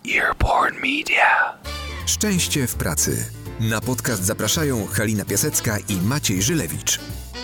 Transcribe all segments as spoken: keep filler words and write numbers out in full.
Earborn Media. Szczęście w pracy. Na podcast zapraszają Halina Piasecka i Maciej Żylewicz.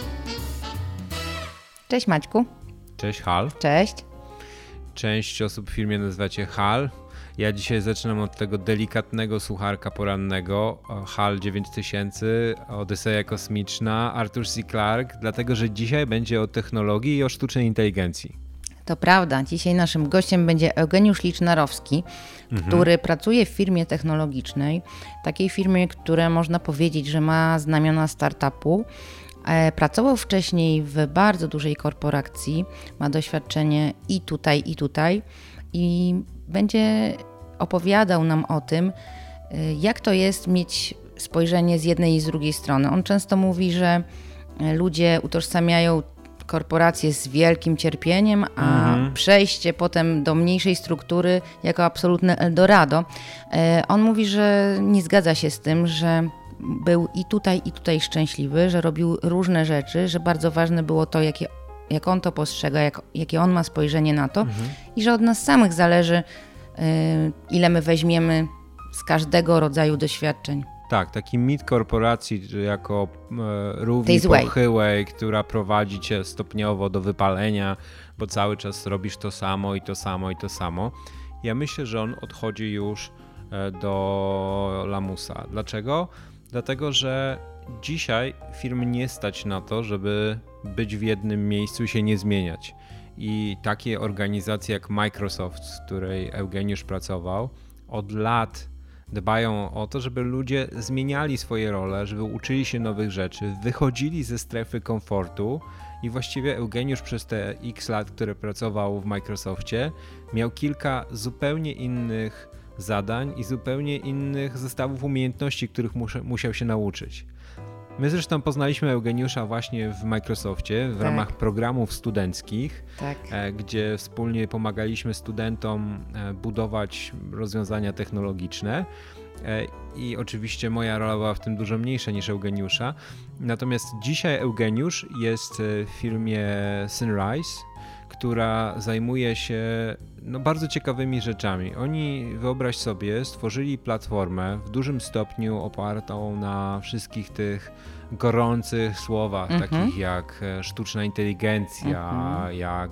Cześć Maćku. Cześć Hal. Cześć. Część osób w firmie nazywa cię Hal. Ja dzisiaj zaczynam od tego delikatnego sucharka porannego Hal dziewięć tysięcy, Odyseja Kosmiczna, Arthur C. Clarke, dlatego że dzisiaj będzie o technologii i o sztucznej inteligencji. To prawda. Dzisiaj naszym gościem będzie Eugeniusz Licznarowski, mhm. który pracuje w firmie technologicznej, takiej firmie, która można powiedzieć, że ma znamiona startupu. Pracował wcześniej w bardzo dużej korporacji, ma doświadczenie i tutaj, i tutaj i będzie opowiadał nam o tym, jak to jest mieć spojrzenie z jednej i z drugiej strony. On często mówi, że ludzie utożsamiają korporacje z wielkim cierpieniem, a mhm. przejście potem do mniejszej struktury jako absolutne Eldorado. On mówi, że nie zgadza się z tym, że był i tutaj, i tutaj szczęśliwy, że robił różne rzeczy, że bardzo ważne było to, jakie, jak on to postrzega, jak, jakie on ma spojrzenie na to mhm. i że od nas samych zależy, ile my weźmiemy z każdego rodzaju doświadczeń. Tak, taki mit korporacji jako e, równi pochyłej, która prowadzi cię stopniowo do wypalenia, bo cały czas robisz to samo i to samo i to samo. Ja myślę, że on odchodzi już e, do lamusa. Dlaczego? Dlatego, że dzisiaj firmy nie stać na to, żeby być w jednym miejscu i się nie zmieniać. I takie organizacje jak Microsoft, w której Eugeniusz pracował, od lat dbają o to, żeby ludzie zmieniali swoje role, żeby uczyli się nowych rzeczy, wychodzili ze strefy komfortu i właściwie Eugeniusz przez te x lat, które pracował w Microsoftie, miał kilka zupełnie innych zadań i zupełnie innych zestawów umiejętności, których mus- musiał się nauczyć. My zresztą poznaliśmy Eugeniusza właśnie w Microsoftie w tak. ramach programów studenckich, tak. gdzie wspólnie pomagaliśmy studentom budować rozwiązania technologiczne i oczywiście moja rola była w tym dużo mniejsza niż Eugeniusza. Natomiast dzisiaj Eugeniusz jest w firmie Synrise, która zajmuje się no, bardzo ciekawymi rzeczami. Oni, wyobraź sobie, stworzyli platformę w dużym stopniu opartą na wszystkich tych gorących słowach, mm-hmm. takich jak sztuczna inteligencja, mm-hmm. jak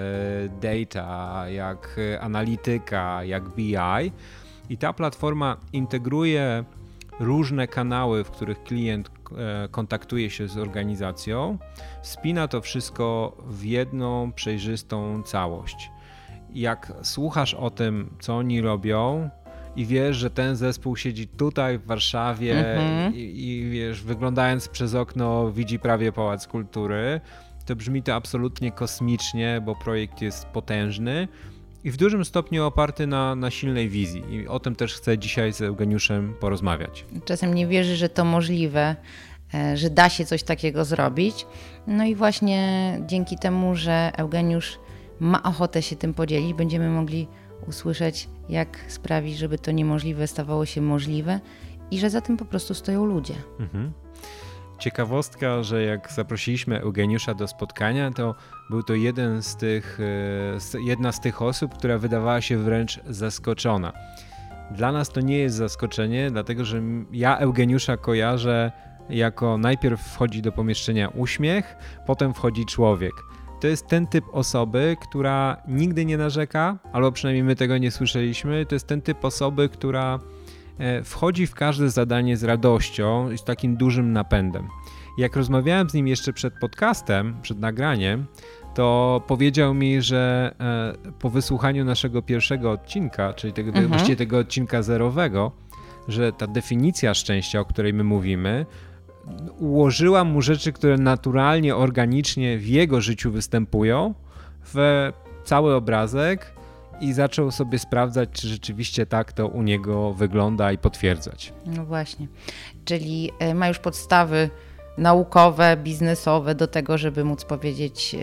data, jak analityka, jak B I. I ta platforma integruje różne kanały, w których klient kontaktuje się z organizacją, spina to wszystko w jedną przejrzystą całość. Jak słuchasz o tym, co oni robią i wiesz, że ten zespół siedzi tutaj w Warszawie mm-hmm. i, i wiesz, wyglądając przez okno widzi prawie Pałac Kultury, to brzmi to absolutnie kosmicznie, bo projekt jest potężny i w dużym stopniu oparty na, na silnej wizji. I o tym też chcę dzisiaj z Eugeniuszem porozmawiać. Czasem nie wierzy, że to możliwe, że da się coś takiego zrobić. No i właśnie dzięki temu, że Eugeniusz ma ochotę się tym podzielić, będziemy mogli usłyszeć, jak sprawić, żeby to niemożliwe stawało się możliwe i że za tym po prostu stoją ludzie. Mhm. Ciekawostka, że jak zaprosiliśmy Eugeniusza do spotkania, to był to jeden z tych, jedna z tych osób, która wydawała się wręcz zaskoczona. Dla nas to nie jest zaskoczenie, dlatego że ja Eugeniusza kojarzę jako najpierw wchodzi do pomieszczenia uśmiech, potem wchodzi człowiek. To jest ten typ osoby, która nigdy nie narzeka, albo przynajmniej my tego nie słyszeliśmy. To jest ten typ osoby, która wchodzi w każde zadanie z radością i z takim dużym napędem. Jak rozmawiałem z nim jeszcze przed podcastem, przed nagraniem, to powiedział mi, że po wysłuchaniu naszego pierwszego odcinka, czyli tego, mhm. właściwie tego odcinka zerowego, że ta definicja szczęścia, o której my mówimy, ułożyła mu rzeczy, które naturalnie, organicznie w jego życiu występują, w cały obrazek i zaczął sobie sprawdzać, czy rzeczywiście tak to u niego wygląda i potwierdzać. No właśnie, czyli ma już podstawy naukowe, biznesowe do tego, żeby móc powiedzieć,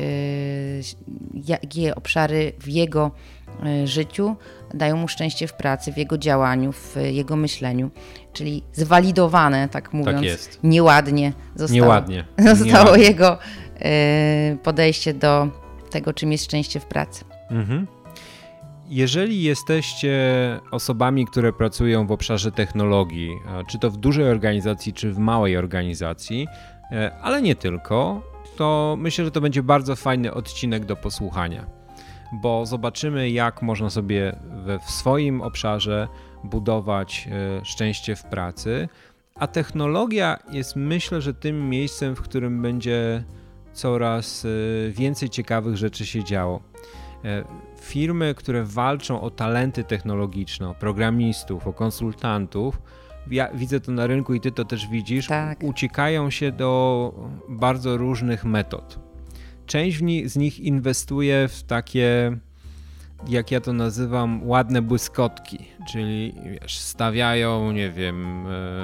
jakie obszary w jego życiu dają mu szczęście w pracy, w jego działaniu, w jego myśleniu. Czyli zwalidowane, tak mówiąc, tak jest. nieładnie zostało, nieładnie. zostało nieładnie. jego podejście do tego, czym jest szczęście w pracy. Mhm. jeżeli jesteście osobami, które pracują w obszarze technologii, czy to w dużej organizacji, czy w małej organizacji, ale nie tylko, to myślę, że to będzie bardzo fajny odcinek do posłuchania, bo zobaczymy, jak można sobie we, w swoim obszarze budować szczęście w pracy, a technologia jest, myślę, że tym miejscem, w którym będzie coraz więcej ciekawych rzeczy się działo. Firmy, które walczą o talenty technologiczne, o programistów, o konsultantów, ja widzę to na rynku i ty to też widzisz, tak. uciekają się do bardzo różnych metod. Część z nich inwestuje w takie, jak ja to nazywam, ładne błyskotki, czyli wiesz, stawiają, nie wiem,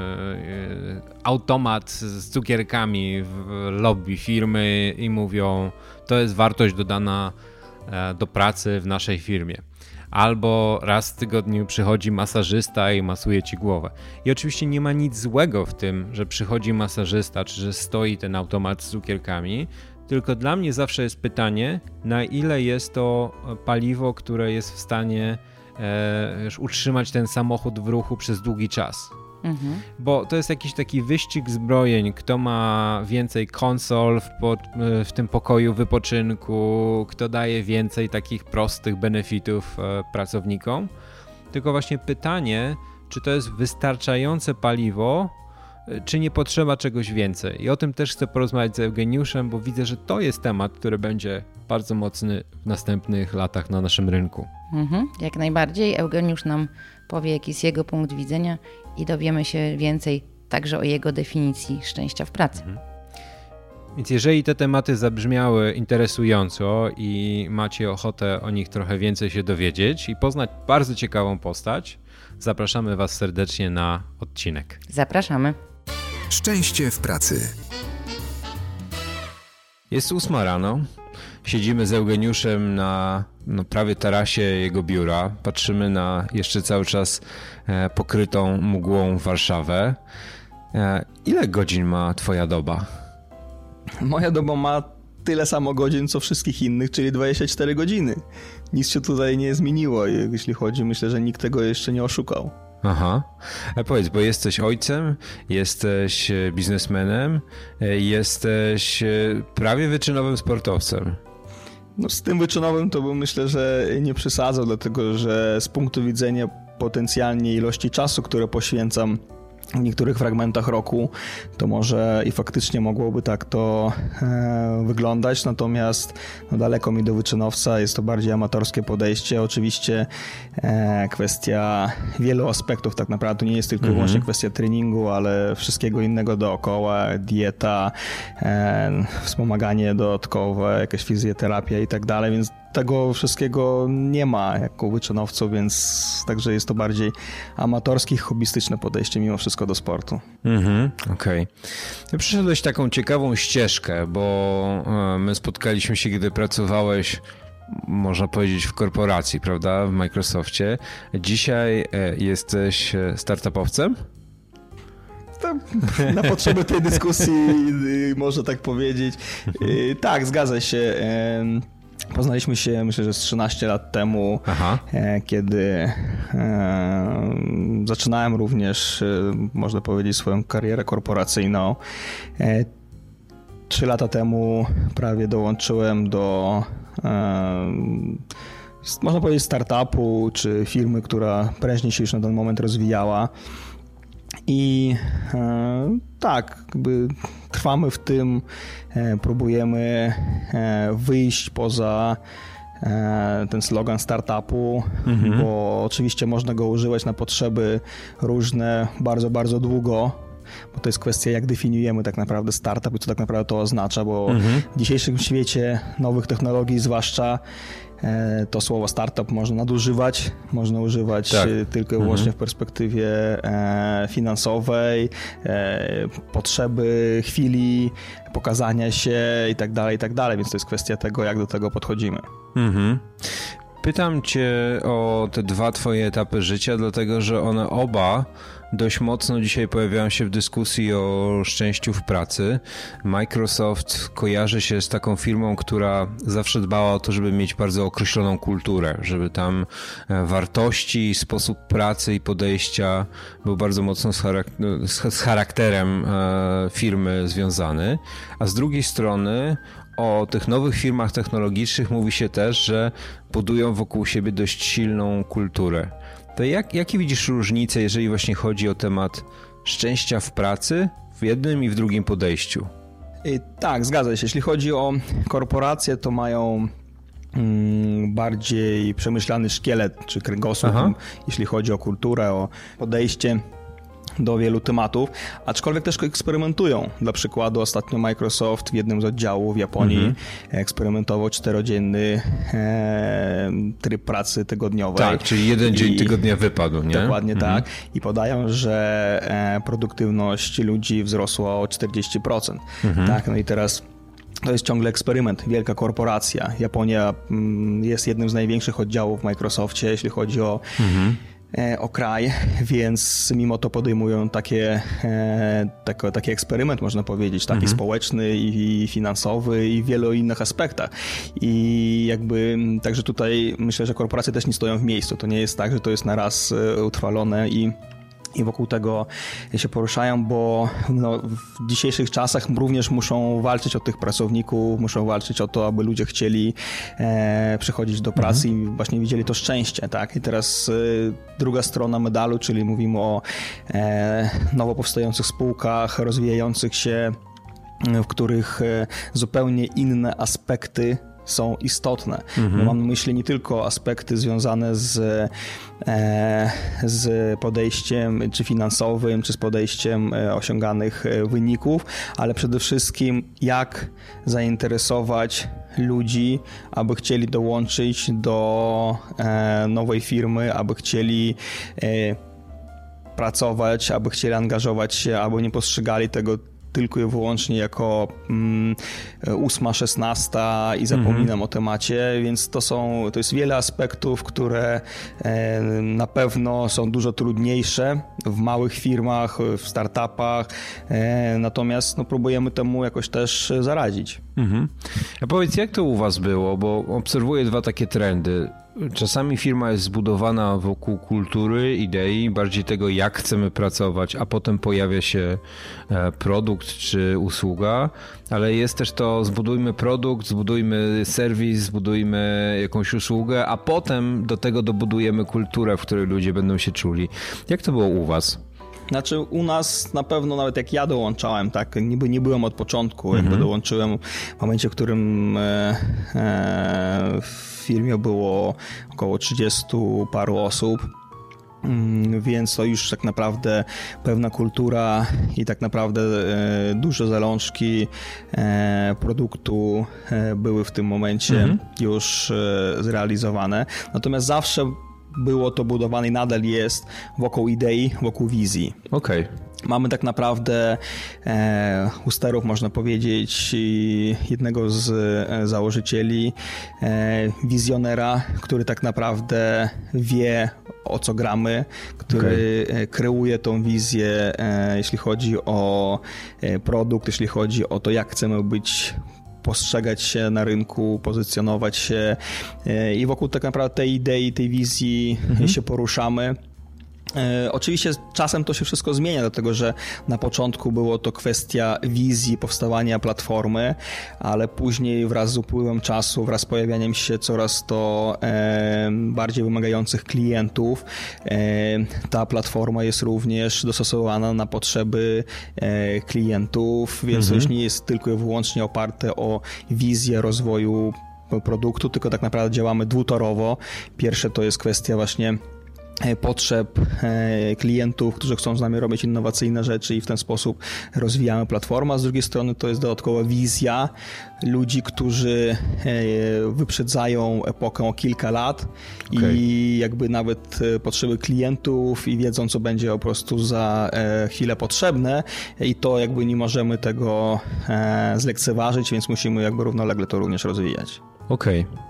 automat z cukierkami w lobby firmy i mówią, to jest wartość dodana do pracy w naszej firmie. Albo raz w tygodniu przychodzi masażysta i masuje ci głowę. I oczywiście nie ma nic złego w tym, że przychodzi masażysta, czy że stoi ten automat z cukierkami, tylko dla mnie zawsze jest pytanie, na ile jest to paliwo, które jest w stanie e, wiesz, utrzymać ten samochód w ruchu przez długi czas. Mhm. Bo to jest jakiś taki wyścig zbrojeń, kto ma więcej konsol w, po, w tym pokoju wypoczynku, kto daje więcej takich prostych benefitów e, pracownikom. Tylko właśnie pytanie, czy to jest wystarczające paliwo, czy nie potrzeba czegoś więcej. I o tym też chcę porozmawiać z Eugeniuszem, bo widzę, że to jest temat, który będzie bardzo mocny w następnych latach na naszym rynku. Mhm, jak najbardziej. Eugeniusz nam powie, jaki jest jego punkt widzenia i dowiemy się więcej także o jego definicji szczęścia w pracy. Mhm. Więc jeżeli te tematy zabrzmiały interesująco i macie ochotę o nich trochę więcej się dowiedzieć i poznać bardzo ciekawą postać, zapraszamy Was serdecznie na odcinek. Zapraszamy. Szczęście w pracy. Jest ósma rano. Siedzimy z Eugeniuszem na no, prawie tarasie jego biura. Patrzymy na jeszcze cały czas e, pokrytą mgłą Warszawę. E, ile godzin ma twoja doba? Moja doba ma tyle samo godzin, co wszystkich innych, czyli dwadzieścia cztery godziny. Nic się tutaj nie zmieniło, jeśli chodzi. Myślę, że nikt tego jeszcze nie oszukał. Aha. A powiedz, bo jesteś ojcem, jesteś biznesmenem, jesteś prawie wyczynowym sportowcem. No z tym wyczynowym to bym myślę, że nie przesadzał, dlatego że z punktu widzenia potencjalnie ilości czasu, które poświęcam w niektórych fragmentach roku, to może i faktycznie mogłoby tak to e, wyglądać, natomiast no, daleko mi do wyczynowca, jest to bardziej amatorskie podejście. Oczywiście e, kwestia wielu aspektów tak naprawdę, to nie jest tylko mm-hmm. wyłącznie kwestia treningu, ale wszystkiego innego dookoła, dieta, e, wspomaganie dodatkowe, jakaś fizjoterapia i tak dalej, więc tego wszystkiego nie ma jako wyczynowcu, więc także jest to bardziej amatorskie, hobbystyczne podejście mimo wszystko do sportu. Mhm, okej. Okay. Przyszedłeś taką ciekawą ścieżkę, bo my spotkaliśmy się, kiedy pracowałeś, można powiedzieć, w korporacji, prawda, w Microsoftie. Dzisiaj jesteś startupowcem? Na potrzeby tej dyskusji można tak powiedzieć. Tak, zgadza się. Poznaliśmy się, myślę, że z trzynaście lat temu, Aha. kiedy e, zaczynałem również, e, można powiedzieć, swoją karierę korporacyjną. E, Trzy lata temu prawie dołączyłem do, e, można powiedzieć, startupu czy firmy, która prężnie się już na ten moment rozwijała. I e, tak, jakby trwamy w tym, e, próbujemy e, wyjść poza e, ten slogan startupu, mhm. bo oczywiście można go używać na potrzeby różne bardzo, bardzo długo, bo to jest kwestia, jak definiujemy tak naprawdę startup i co tak naprawdę to oznacza, bo mhm. w dzisiejszym świecie nowych technologii zwłaszcza to słowo startup można nadużywać, można używać tak. tylko i wyłącznie mhm. w perspektywie finansowej, potrzeby chwili, pokazania się i tak dalej, i tak dalej, więc to jest kwestia tego, jak do tego podchodzimy. Mhm. Pytam cię o te dwa twoje etapy życia, dlatego że one oba dość mocno dzisiaj pojawiają się w dyskusji o szczęściu w pracy. Microsoft kojarzy się z taką firmą, która zawsze dbała o to, żeby mieć bardzo określoną kulturę, żeby tam wartości, sposób pracy i podejścia był bardzo mocno z, charak- z charakterem firmy związany, a z drugiej strony o tych nowych firmach technologicznych mówi się też, że budują wokół siebie dość silną kulturę. To jak, jakie widzisz różnice, jeżeli właśnie chodzi o temat szczęścia w pracy w jednym i w drugim podejściu? Tak, zgadza się. Jeśli chodzi o korporacje, to mają mm, bardziej przemyślany szkielet czy kręgosłup, jeśli chodzi o kulturę, o podejście do wielu tematów, aczkolwiek też eksperymentują. Dla przykładu ostatnio Microsoft w jednym z oddziałów w Japonii mm-hmm. eksperymentował czterodzienny e, tryb pracy tygodniowej. Tak, czyli jeden I, dzień tygodnia wypadł, nie? Dokładnie mm-hmm. tak. I podają, że e, produktywność ludzi wzrosła o czterdzieści procent. Mm-hmm. Tak, no i teraz to jest ciągle eksperyment, wielka korporacja. Japonia mm, jest jednym z największych oddziałów w Microsoftie, jeśli chodzi o mm-hmm. o kraj, więc mimo to podejmują takie, e, tako, taki eksperyment, można powiedzieć, taki mhm. społeczny i, i finansowy i w wielu innych aspektach. I jakby, także tutaj myślę, że korporacje też nie stoją w miejscu. To nie jest tak, że to jest na raz utrwalone i i wokół tego się poruszają, bo no, w dzisiejszych czasach również muszą walczyć o tych pracowników, muszą walczyć o to, aby ludzie chcieli e, przychodzić do pracy mhm. i właśnie widzieli to szczęście, tak? I teraz e, druga strona medalu, czyli mówimy o e, nowo powstających spółkach, rozwijających się, w których e, zupełnie inne aspekty są istotne. Mhm. Mam na myśli nie tylko aspekty związane z, e, z podejściem czy finansowym, czy z podejściem osiąganych wyników, ale przede wszystkim jak zainteresować ludzi, aby chcieli dołączyć do e, nowej firmy, aby chcieli e, pracować, aby chcieli angażować się, aby nie postrzegali tego tylko i wyłącznie jako mm, ósma, szesnasta i zapominam mm-hmm. o temacie, więc to są, to jest wiele aspektów, które e, na pewno są dużo trudniejsze w małych firmach, w startupach, e, natomiast no, próbujemy temu jakoś też zaradzić. Mm-hmm. A powiedz, jak to u was było, bo obserwuję dwa takie trendy. Czasami firma jest zbudowana wokół kultury, idei, bardziej tego, jak chcemy pracować, a potem pojawia się produkt czy usługa, ale jest też to zbudujmy produkt, zbudujmy serwis, zbudujmy jakąś usługę, a potem do tego dobudujemy kulturę, w której ludzie będą się czuli. Jak to było u was? Znaczy u nas na pewno nawet jak ja dołączałem, tak, niby nie byłem od początku, mhm. jakby dołączyłem w momencie, w którym e, e, w firmie było około trzydziestu paru osób. Więc to już tak naprawdę pewna kultura i tak naprawdę e, duże zalążki e, produktu e, były w tym momencie mhm. już e, zrealizowane. Natomiast zawsze było to budowane i nadal jest wokół idei, wokół wizji. Okej. Okay. Mamy tak naprawdę e, u sterów, można powiedzieć, jednego z e, założycieli, e, wizjonera, który tak naprawdę wie, o co gramy, który okay. kreuje tą wizję, e, jeśli chodzi o e, produkt, jeśli chodzi o to, jak chcemy być, postrzegać się na rynku, pozycjonować się e, i wokół tak naprawdę tej idei, tej wizji mhm. się poruszamy. E, oczywiście czasem to się wszystko zmienia, dlatego że na początku było to kwestia wizji powstawania platformy, ale później wraz z upływem czasu, wraz z pojawianiem się coraz to e, bardziej wymagających klientów, e, ta platforma jest również dostosowana na potrzeby e, klientów, więc mhm. to już nie jest tylko i wyłącznie oparte o wizję rozwoju produktu, tylko tak naprawdę działamy dwutorowo. Pierwsze to jest kwestia właśnie potrzeb klientów, którzy chcą z nami robić innowacyjne rzeczy i w ten sposób rozwijamy platformę, a z drugiej strony to jest dodatkowa wizja ludzi, którzy wyprzedzają epokę o kilka lat okay. i jakby nawet potrzeby klientów i wiedzą, co będzie po prostu za chwilę potrzebne i to jakby nie możemy tego zlekceważyć, więc musimy jakby równolegle to również rozwijać. Okej. Okay.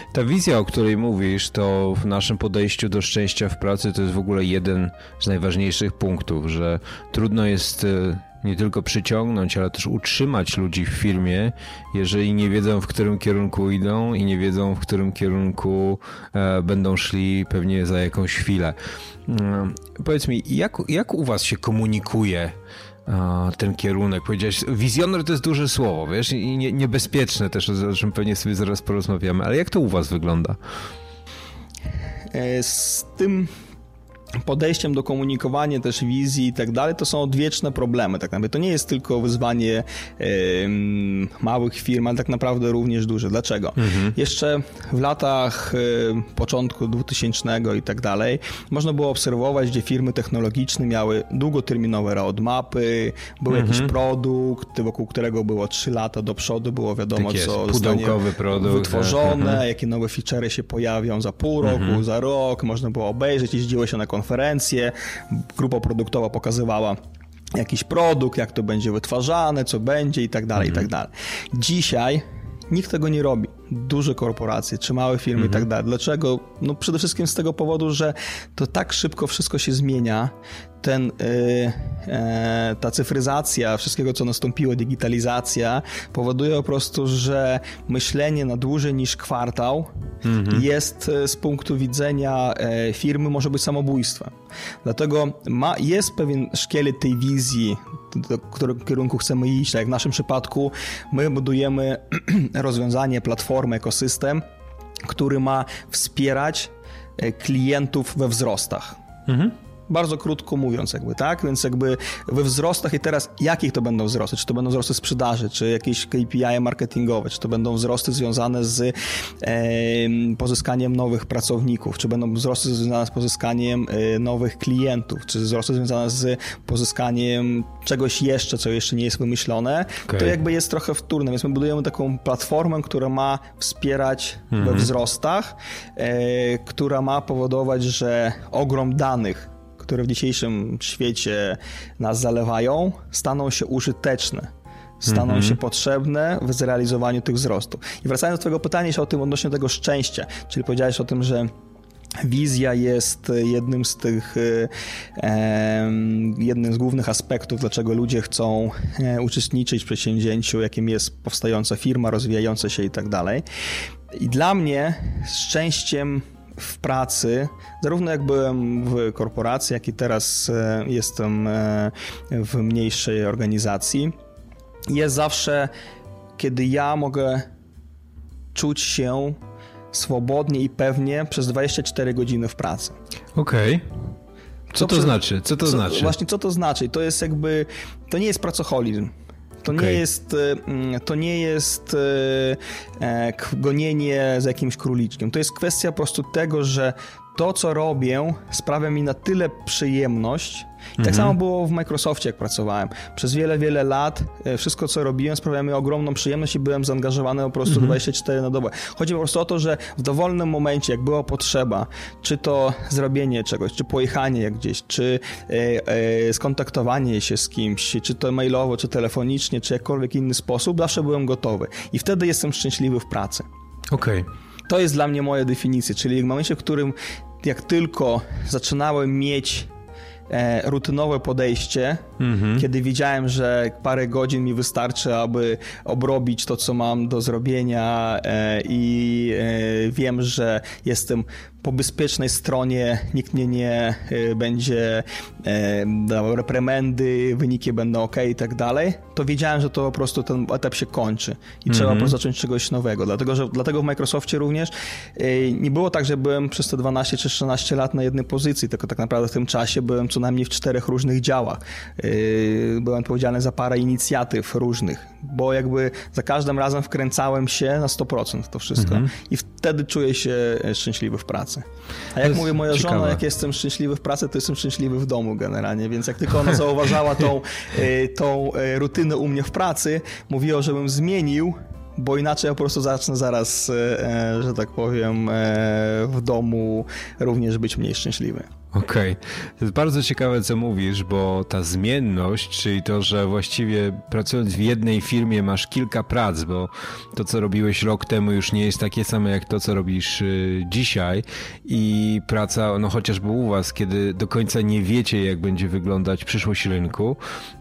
Ta wizja, o której mówisz, to w naszym podejściu do szczęścia w pracy to jest w ogóle jeden z najważniejszych punktów, że trudno jest nie tylko przyciągnąć, ale też utrzymać ludzi w firmie, jeżeli nie wiedzą, w którym kierunku idą i nie wiedzą, w którym kierunku e, będą szli pewnie za jakąś chwilę. E, powiedz mi, jak, jak u was się komunikuje e, ten kierunek? Powiedziałeś, wizjoner to jest duże słowo, wiesz, i nie, niebezpieczne też, o czym pewnie sobie zaraz porozmawiamy, ale jak to u was wygląda? Z tym podejściem do komunikowania też wizji i tak dalej, to są odwieczne problemy. Tak naprawdę to nie jest tylko wyzwanie e, małych firm, ale tak naprawdę również duże. Dlaczego? Mhm. Jeszcze w latach e, początku dwutysięcznego i tak dalej można było obserwować, gdzie firmy technologiczne miały długoterminowe roadmapy, był mhm. jakiś produkt, wokół którego było trzy lata do przodu, było wiadomo, tak co zostanie produkt, wytworzone, mhm. jakie nowe feature'y się pojawią za pół roku, mhm. za rok, można było obejrzeć, jeździło się na konferencje, grupa produktowa pokazywała jakiś produkt, jak to będzie wytwarzane, co będzie i tak dalej, mhm. i tak dalej. Dzisiaj nikt tego nie robi. Duże korporacje, czy małe firmy mhm. i tak dalej. Dlaczego? No przede wszystkim z tego powodu, że to tak szybko wszystko się zmienia. Ten, yy, yy, ta cyfryzacja wszystkiego, co nastąpiło, digitalizacja powoduje po prostu, że myślenie na dłużej niż kwartał mhm. jest z punktu widzenia yy, firmy może być samobójstwem. Dlatego ma, jest pewien szkielet tej wizji, do którego kierunku chcemy iść. Tak jak w naszym przypadku my budujemy rozwiązanie, platformę, ekosystem, który ma wspierać klientów we wzrostach. Mhm. Bardzo krótko mówiąc jakby, tak? Więc jakby we wzrostach i teraz jakich to będą wzrosty? Czy to będą wzrosty sprzedaży, czy jakieś K P I marketingowe, czy to będą wzrosty związane z e, pozyskaniem nowych pracowników, czy będą wzrosty związane z pozyskaniem e, nowych klientów, czy wzrosty związane z pozyskaniem czegoś jeszcze, co jeszcze nie jest wymyślone, okay. to jakby jest trochę wtórne, więc my budujemy taką platformę, która ma wspierać mhm. we wzrostach, e, która ma powodować, że ogrom danych, które w dzisiejszym świecie nas zalewają, staną się użyteczne, staną mm-hmm. się potrzebne w zrealizowaniu tych wzrostów. I wracając do twojego pytania jeszcze o tym odnośnie tego szczęścia, czyli powiedziałeś o tym, że wizja jest jednym z tych, e, jednym z głównych aspektów, dlaczego ludzie chcą e, uczestniczyć w przedsięwzięciu, jakim jest powstająca firma, rozwijająca się i tak dalej. I dla mnie szczęściem w pracy, zarówno jak byłem w korporacji, jak i teraz jestem w mniejszej organizacji, jest zawsze, kiedy ja mogę czuć się swobodnie i pewnie przez dwadzieścia cztery godziny w pracy. Okej. Okay. Co to, to znaczy? Co to co, znaczy? Właśnie, co to znaczy? To jest jakby, to nie jest pracoholizm. To okay. nie jest, to nie jest e, gonienie za jakimś króliczkiem. To jest kwestia po prostu tego, że to, co robię, sprawia mi na tyle przyjemność. I tak mhm. samo było w Microsoftie, jak pracowałem. Przez wiele, wiele lat wszystko, co robiłem, sprawiało mi ogromną przyjemność i byłem zaangażowany po prostu mhm. dwadzieścia cztery na dobę. Chodzi po prostu o to, że w dowolnym momencie, jak była potrzeba, czy to zrobienie czegoś, czy pojechanie gdzieś, czy e, e, skontaktowanie się z kimś, czy to mailowo, czy telefonicznie, czy jakkolwiek inny sposób, zawsze byłem gotowy. I wtedy jestem szczęśliwy w pracy. Okej. Okay. To jest dla mnie moja definicja, czyli w momencie, w którym jak tylko zaczynałem mieć e, rutynowe podejście, mm-hmm. kiedy widziałem, że parę godzin mi wystarczy, aby obrobić to, co mam do zrobienia e, i e, wiem, że jestem po bezpiecznej stronie, nikt mnie nie y, będzie y, dawał reprymendy, wyniki będą ok i tak dalej, to wiedziałem, że to po prostu ten etap się kończy i mm-hmm. trzeba po prostu zacząć czegoś nowego. Dlatego, że, dlatego w Microsoftie również y, nie było tak, że byłem przez te dwanaście czy trzynaście lat na jednej pozycji, tylko tak naprawdę w tym czasie byłem co najmniej w czterech różnych działach. Y, byłem odpowiedzialny za parę inicjatyw różnych, bo jakby za każdym razem wkręcałem się na sto procent w to wszystko mm-hmm. i wtedy czuję się szczęśliwy w pracy. A jak mówi moja ciekawe. żona, jak jestem szczęśliwy w pracy, to jestem szczęśliwy w domu generalnie, więc jak tylko ona zauważała tą, tą rutynę u mnie w pracy, mówiła, żebym zmienił, bo inaczej ja po prostu zacznę zaraz, że tak powiem, w domu również być mniej szczęśliwy. Okej. Okay. To jest bardzo ciekawe, co mówisz, bo ta zmienność, czyli to, że właściwie pracując w jednej firmie masz kilka prac, bo to, co robiłeś rok temu już nie jest takie same jak to, co robisz dzisiaj i praca, no chociażby u was, kiedy do końca nie wiecie, jak będzie wyglądać przyszłość rynku,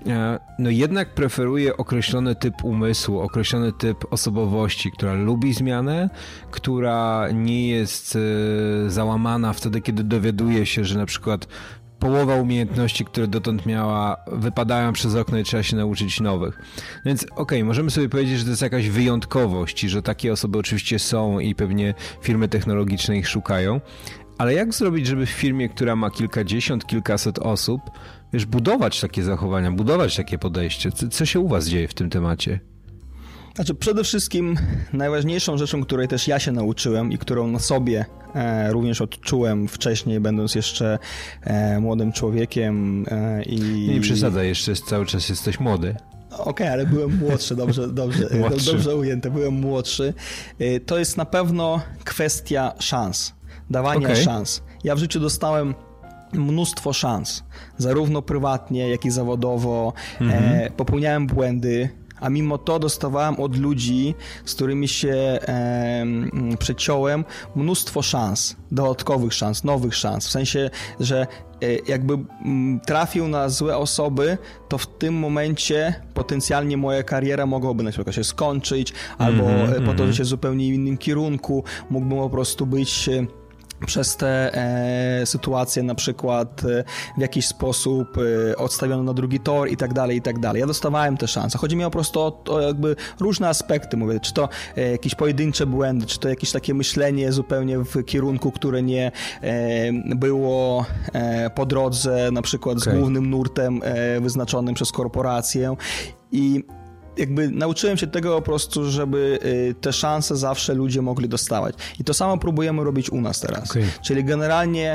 no jednak preferuje określony typ umysłu, określony typ osobowości, która lubi zmianę, która nie jest załamana wtedy, kiedy dowiaduje się, że na przykład połowa umiejętności, które dotąd miała, wypadają przez okno i trzeba się nauczyć nowych. Więc okej, okay, możemy sobie powiedzieć, że to jest jakaś wyjątkowość i że takie osoby oczywiście są i pewnie firmy technologiczne ich szukają, ale jak zrobić, żeby w firmie, która ma kilkadziesiąt, kilkaset osób, wiesz, budować takie zachowania, budować takie podejście? Co, co się u was dzieje w tym temacie? Znaczy, przede wszystkim najważniejszą rzeczą, której też ja się nauczyłem i którą na sobie e, również odczułem wcześniej, będąc jeszcze e, młodym człowiekiem e, i... Nie przesadzaj, jeszcze cały czas jesteś młody. Okej, okay, ale byłem młodszy, dobrze, dobrze, dobrze ujęte, byłem młodszy. E, to jest na pewno kwestia szans, dawania okay. szans. Ja w życiu dostałem mnóstwo szans, zarówno prywatnie, jak i zawodowo. Mhm. E, popełniałem błędy, a mimo to dostawałem od ludzi, z którymi się e, przeciąłem, mnóstwo szans, dodatkowych szans, nowych szans. W sensie, że e, jakby m, trafił na złe osoby, to w tym momencie potencjalnie moja kariera mogłaby na przykład się skończyć, albo mm-hmm, potoczyć się w zupełnie innym kierunku, mógłbym po prostu być... E, przez te e, sytuacje na przykład e, w jakiś sposób e, odstawiony na drugi tor i tak dalej, i tak dalej. Ja dostawałem te szanse. Chodzi mi po prostu o, o jakby różne aspekty, mówię, czy to e, jakieś pojedyncze błędy, czy to jakieś takie myślenie zupełnie w kierunku, które nie e, było e, po drodze, na przykład okay. z głównym nurtem e, wyznaczonym przez korporację. I jakby nauczyłem się tego po prostu, żeby te szanse zawsze ludzie mogli dostawać. I to samo próbujemy robić u nas teraz. Okay. Czyli generalnie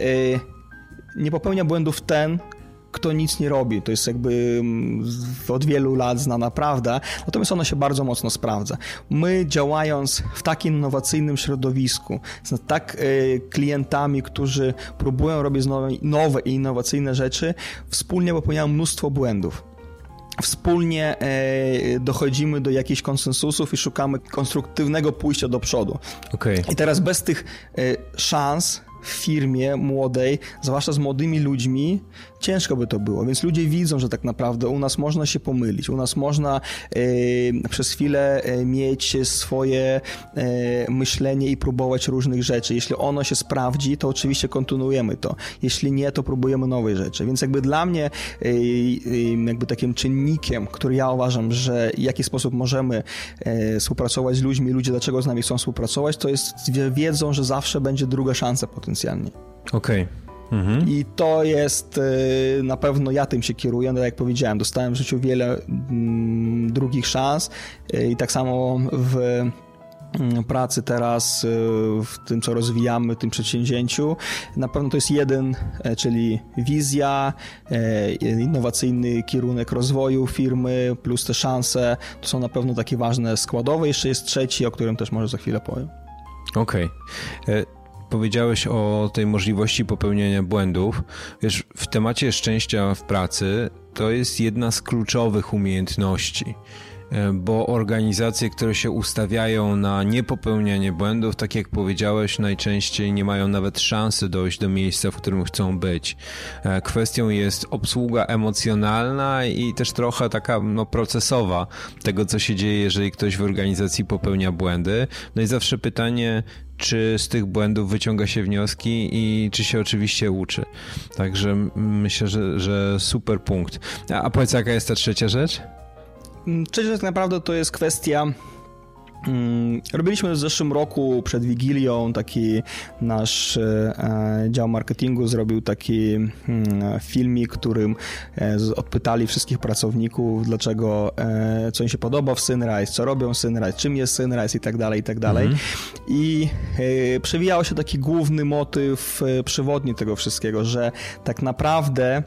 nie popełnia błędów ten, kto nic nie robi. To jest jakby od wielu lat znana prawda, natomiast ona się bardzo mocno sprawdza. My działając w takim innowacyjnym środowisku, z tak klientami, którzy próbują robić nowe i innowacyjne rzeczy, wspólnie popełniamy mnóstwo błędów. Wspólnie e, dochodzimy do jakichś konsensusów i szukamy konstruktywnego pójścia do przodu. Okay. I teraz bez tych e, szans w firmie młodej, zwłaszcza z młodymi ludźmi, ciężko by to było, więc ludzie widzą, że tak naprawdę u nas można się pomylić, u nas można e, przez chwilę e, mieć swoje e, myślenie i próbować różnych rzeczy. Jeśli ono się sprawdzi, to oczywiście kontynuujemy to. Jeśli nie, to próbujemy nowej rzeczy. Więc jakby dla mnie e, e, jakby takim czynnikiem, który ja uważam, że w jaki sposób możemy e, współpracować z ludźmi, ludzie dlaczego z nami chcą współpracować, to jest wiedzą, że zawsze będzie druga szansa potencjalnie. Okej. Okay. Mhm. I to jest na pewno, ja tym się kieruję, no jak powiedziałem, dostałem w życiu wiele mm, drugich szans i tak samo w pracy teraz, w tym co rozwijamy, w tym przedsięwzięciu, na pewno to jest jeden, czyli wizja, innowacyjny kierunek rozwoju firmy, plus te szanse, to są na pewno takie ważne składowe. Jeszcze jest trzeci, o którym też może za chwilę powiem. Okej. Okay. Powiedziałeś o tej możliwości popełniania błędów. Wiesz, w temacie szczęścia w pracy to jest jedna z kluczowych umiejętności, bo organizacje, które się ustawiają na niepopełnianie błędów, tak jak powiedziałeś, najczęściej nie mają nawet szansy dojść do miejsca, w którym chcą być. Kwestią jest obsługa emocjonalna i też trochę taka no, procesowa tego, co się dzieje, jeżeli ktoś w organizacji popełnia błędy. No i zawsze pytanie, czy z tych błędów wyciąga się wnioski i czy się oczywiście uczy. Także myślę, że, że super punkt. A, a powiedz, jaka jest ta trzecia rzecz? Trzecia tak naprawdę to jest kwestia... Hmm, robiliśmy w zeszłym roku przed Wigilią taki nasz e, dział marketingu zrobił taki hmm, filmik, którym e, odpytali wszystkich pracowników, dlaczego, e, co im się podoba w Synrise, co robią Synrise, czym jest Synrise i tak dalej, i tak dalej. Mm-hmm. I e, przewijał się taki główny motyw e, przewodni tego wszystkiego, że tak naprawdę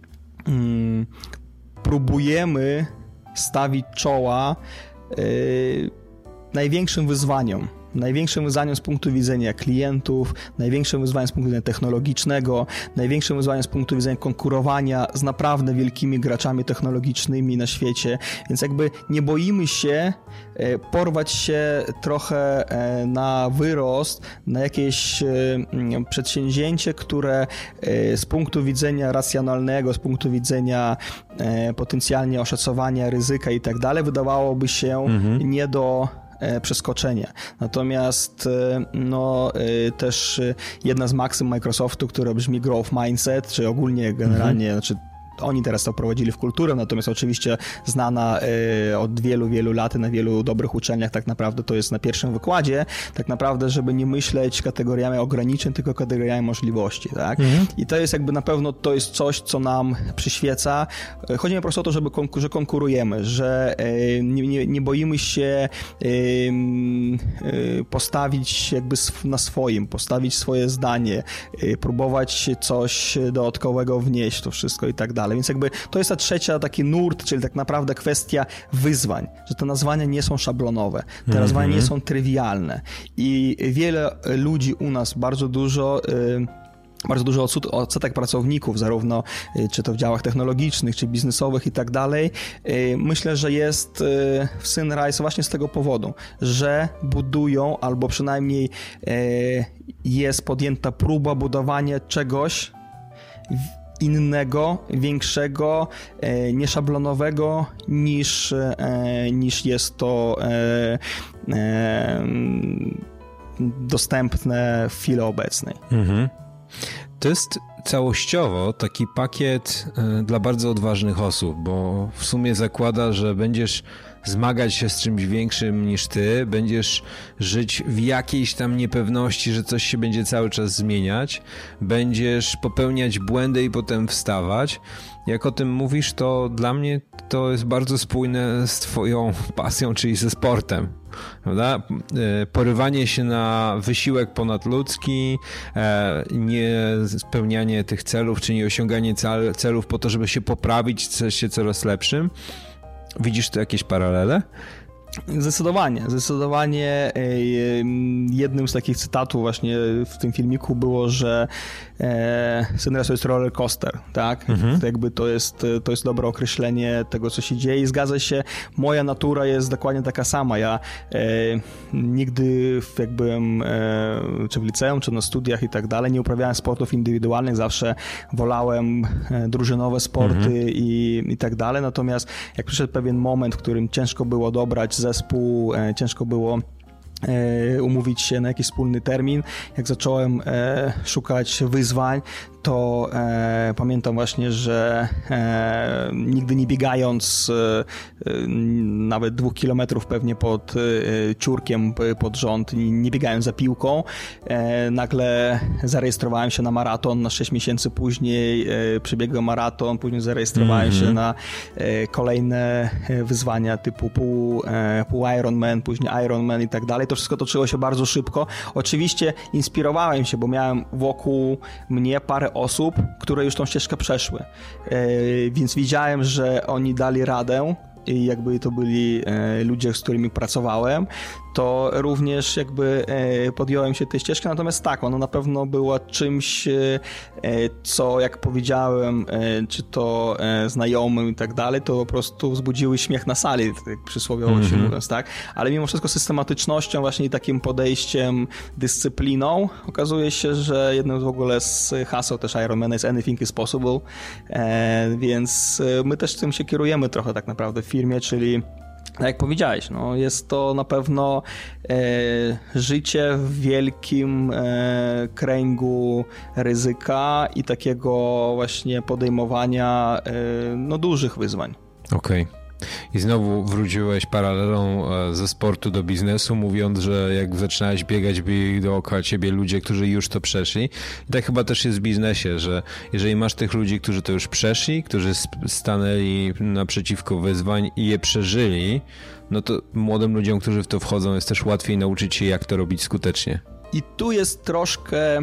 hmm, próbujemy stawić czoła e, największym wyzwaniem. Największym wyzwaniem z punktu widzenia klientów, największym wyzwaniem z punktu widzenia technologicznego, największym wyzwaniem z punktu widzenia konkurowania z naprawdę wielkimi graczami technologicznymi na świecie, więc jakby nie boimy się porwać się trochę na wyrost, na jakieś przedsięwzięcie, które z punktu widzenia racjonalnego, z punktu widzenia potencjalnie oszacowania ryzyka i tak dalej, wydawałoby się mhm. nie do przeskoczenia. Natomiast no, też jedna z maksym Microsoftu, która brzmi growth mindset, czy ogólnie generalnie, mhm. znaczy oni teraz to wprowadzili w kulturę, natomiast oczywiście znana y, od wielu, wielu lat na wielu dobrych uczelniach, tak naprawdę to jest na pierwszym wykładzie, tak naprawdę, żeby nie myśleć kategoriami ograniczeń, tylko kategoriami możliwości, tak? Mhm. I to jest jakby na pewno to jest coś, co nam przyświeca. Chodzi mi po prostu o to, żeby konkur- że konkurujemy, że y, nie, nie, nie boimy się y, y, postawić jakby sw- na swoim, postawić swoje zdanie, y, próbować coś dodatkowego wnieść, to wszystko i tak dalej. Więc jakby to jest ta trzecia taki nurt, czyli tak naprawdę kwestia wyzwań, że te nazwania nie są szablonowe, te mm-hmm. nazwania nie są trywialne i wiele ludzi u nas, bardzo dużo y- bardzo dużo odsetek pracowników, zarówno czy to w działach technologicznych, czy biznesowych i tak dalej. Myślę, że jest w Synrise właśnie z tego powodu, że budują, albo przynajmniej jest podjęta próba budowania czegoś innego, większego, e, nieszablonowego niż, e, niż jest to e, e, dostępne w chwili obecnej. Mhm. To jest całościowo taki pakiet e, dla bardzo odważnych osób, bo w sumie zakłada, że będziesz zmagać się z czymś większym niż ty, będziesz żyć w jakiejś tam niepewności, że coś się będzie cały czas zmieniać, będziesz popełniać błędy i potem wstawać. Jak o tym mówisz, to dla mnie to jest bardzo spójne z twoją pasją, czyli ze sportem. Prawda? Porywanie się na wysiłek ponadludzki, nie spełnianie tych celów, czy nie osiąganie celów po to, żeby się poprawić, stać się coraz lepszym. Widzisz tu jakieś paralele? Zdecydowanie, zdecydowanie jednym z takich cytatów właśnie w tym filmiku było, że e, Synrise to jest roller coaster, tak? Mhm. To jakby to jest, to jest dobre określenie tego, co się dzieje i zgadza się, moja natura jest dokładnie taka sama. Ja e, nigdy w, jak byłem e, czy w liceum, czy na studiach i tak dalej, nie uprawiałem sportów indywidualnych, zawsze wolałem drużynowe sporty mhm. i, i tak dalej, natomiast jak przyszedł pewien moment, w którym ciężko było dobrać zespół, ciężko było umówić się na jakiś wspólny termin. Jak zacząłem szukać wyzwań, to e, pamiętam właśnie, że e, nigdy nie biegając e, nawet dwóch kilometrów pewnie pod e, ciurkiem pod rząd, nie, nie biegając za piłką, e, nagle zarejestrowałem się na maraton, na sześć miesięcy później e, przebiegłem maraton, później zarejestrowałem mm-hmm. się na e, kolejne wyzwania typu pół, e, pół Ironman, później Ironman i tak dalej. To wszystko toczyło się bardzo szybko. Oczywiście inspirowałem się, bo miałem wokół mnie parę osób, które już tą ścieżkę przeszły. Yy, więc widziałem, że oni dali radę i jakby to byli e, ludzie, z którymi pracowałem, to również jakby e, podjąłem się tej ścieżki, natomiast tak, ona na pewno była czymś, e, co jak powiedziałem, e, czy to e, znajomym i tak dalej, to po prostu wzbudziły śmiech na sali, tak przysłowiowo mm-hmm. się mówiąc, tak? Ale mimo wszystko systematycznością, właśnie takim podejściem, dyscypliną, okazuje się, że jednym z w ogóle z haseł też Ironmana jest anything is possible, e, więc my też tym się kierujemy trochę tak naprawdę w firmie, czyli tak jak powiedziałeś, no jest to na pewno e, życie w wielkim e, kręgu ryzyka i takiego właśnie podejmowania e, no, dużych wyzwań. Okej. Okay. I znowu wróciłeś paralelą ze sportu do biznesu, mówiąc, że jak zaczynałeś biegać, byli dookoła ciebie ludzie, którzy już to przeszli. I tak chyba też jest w biznesie, że jeżeli masz tych ludzi, którzy to już przeszli, którzy stanęli naprzeciwko wyzwań i je przeżyli, no to młodym ludziom, którzy w to wchodzą, jest też łatwiej nauczyć się, jak to robić skutecznie. I tu jest troszkę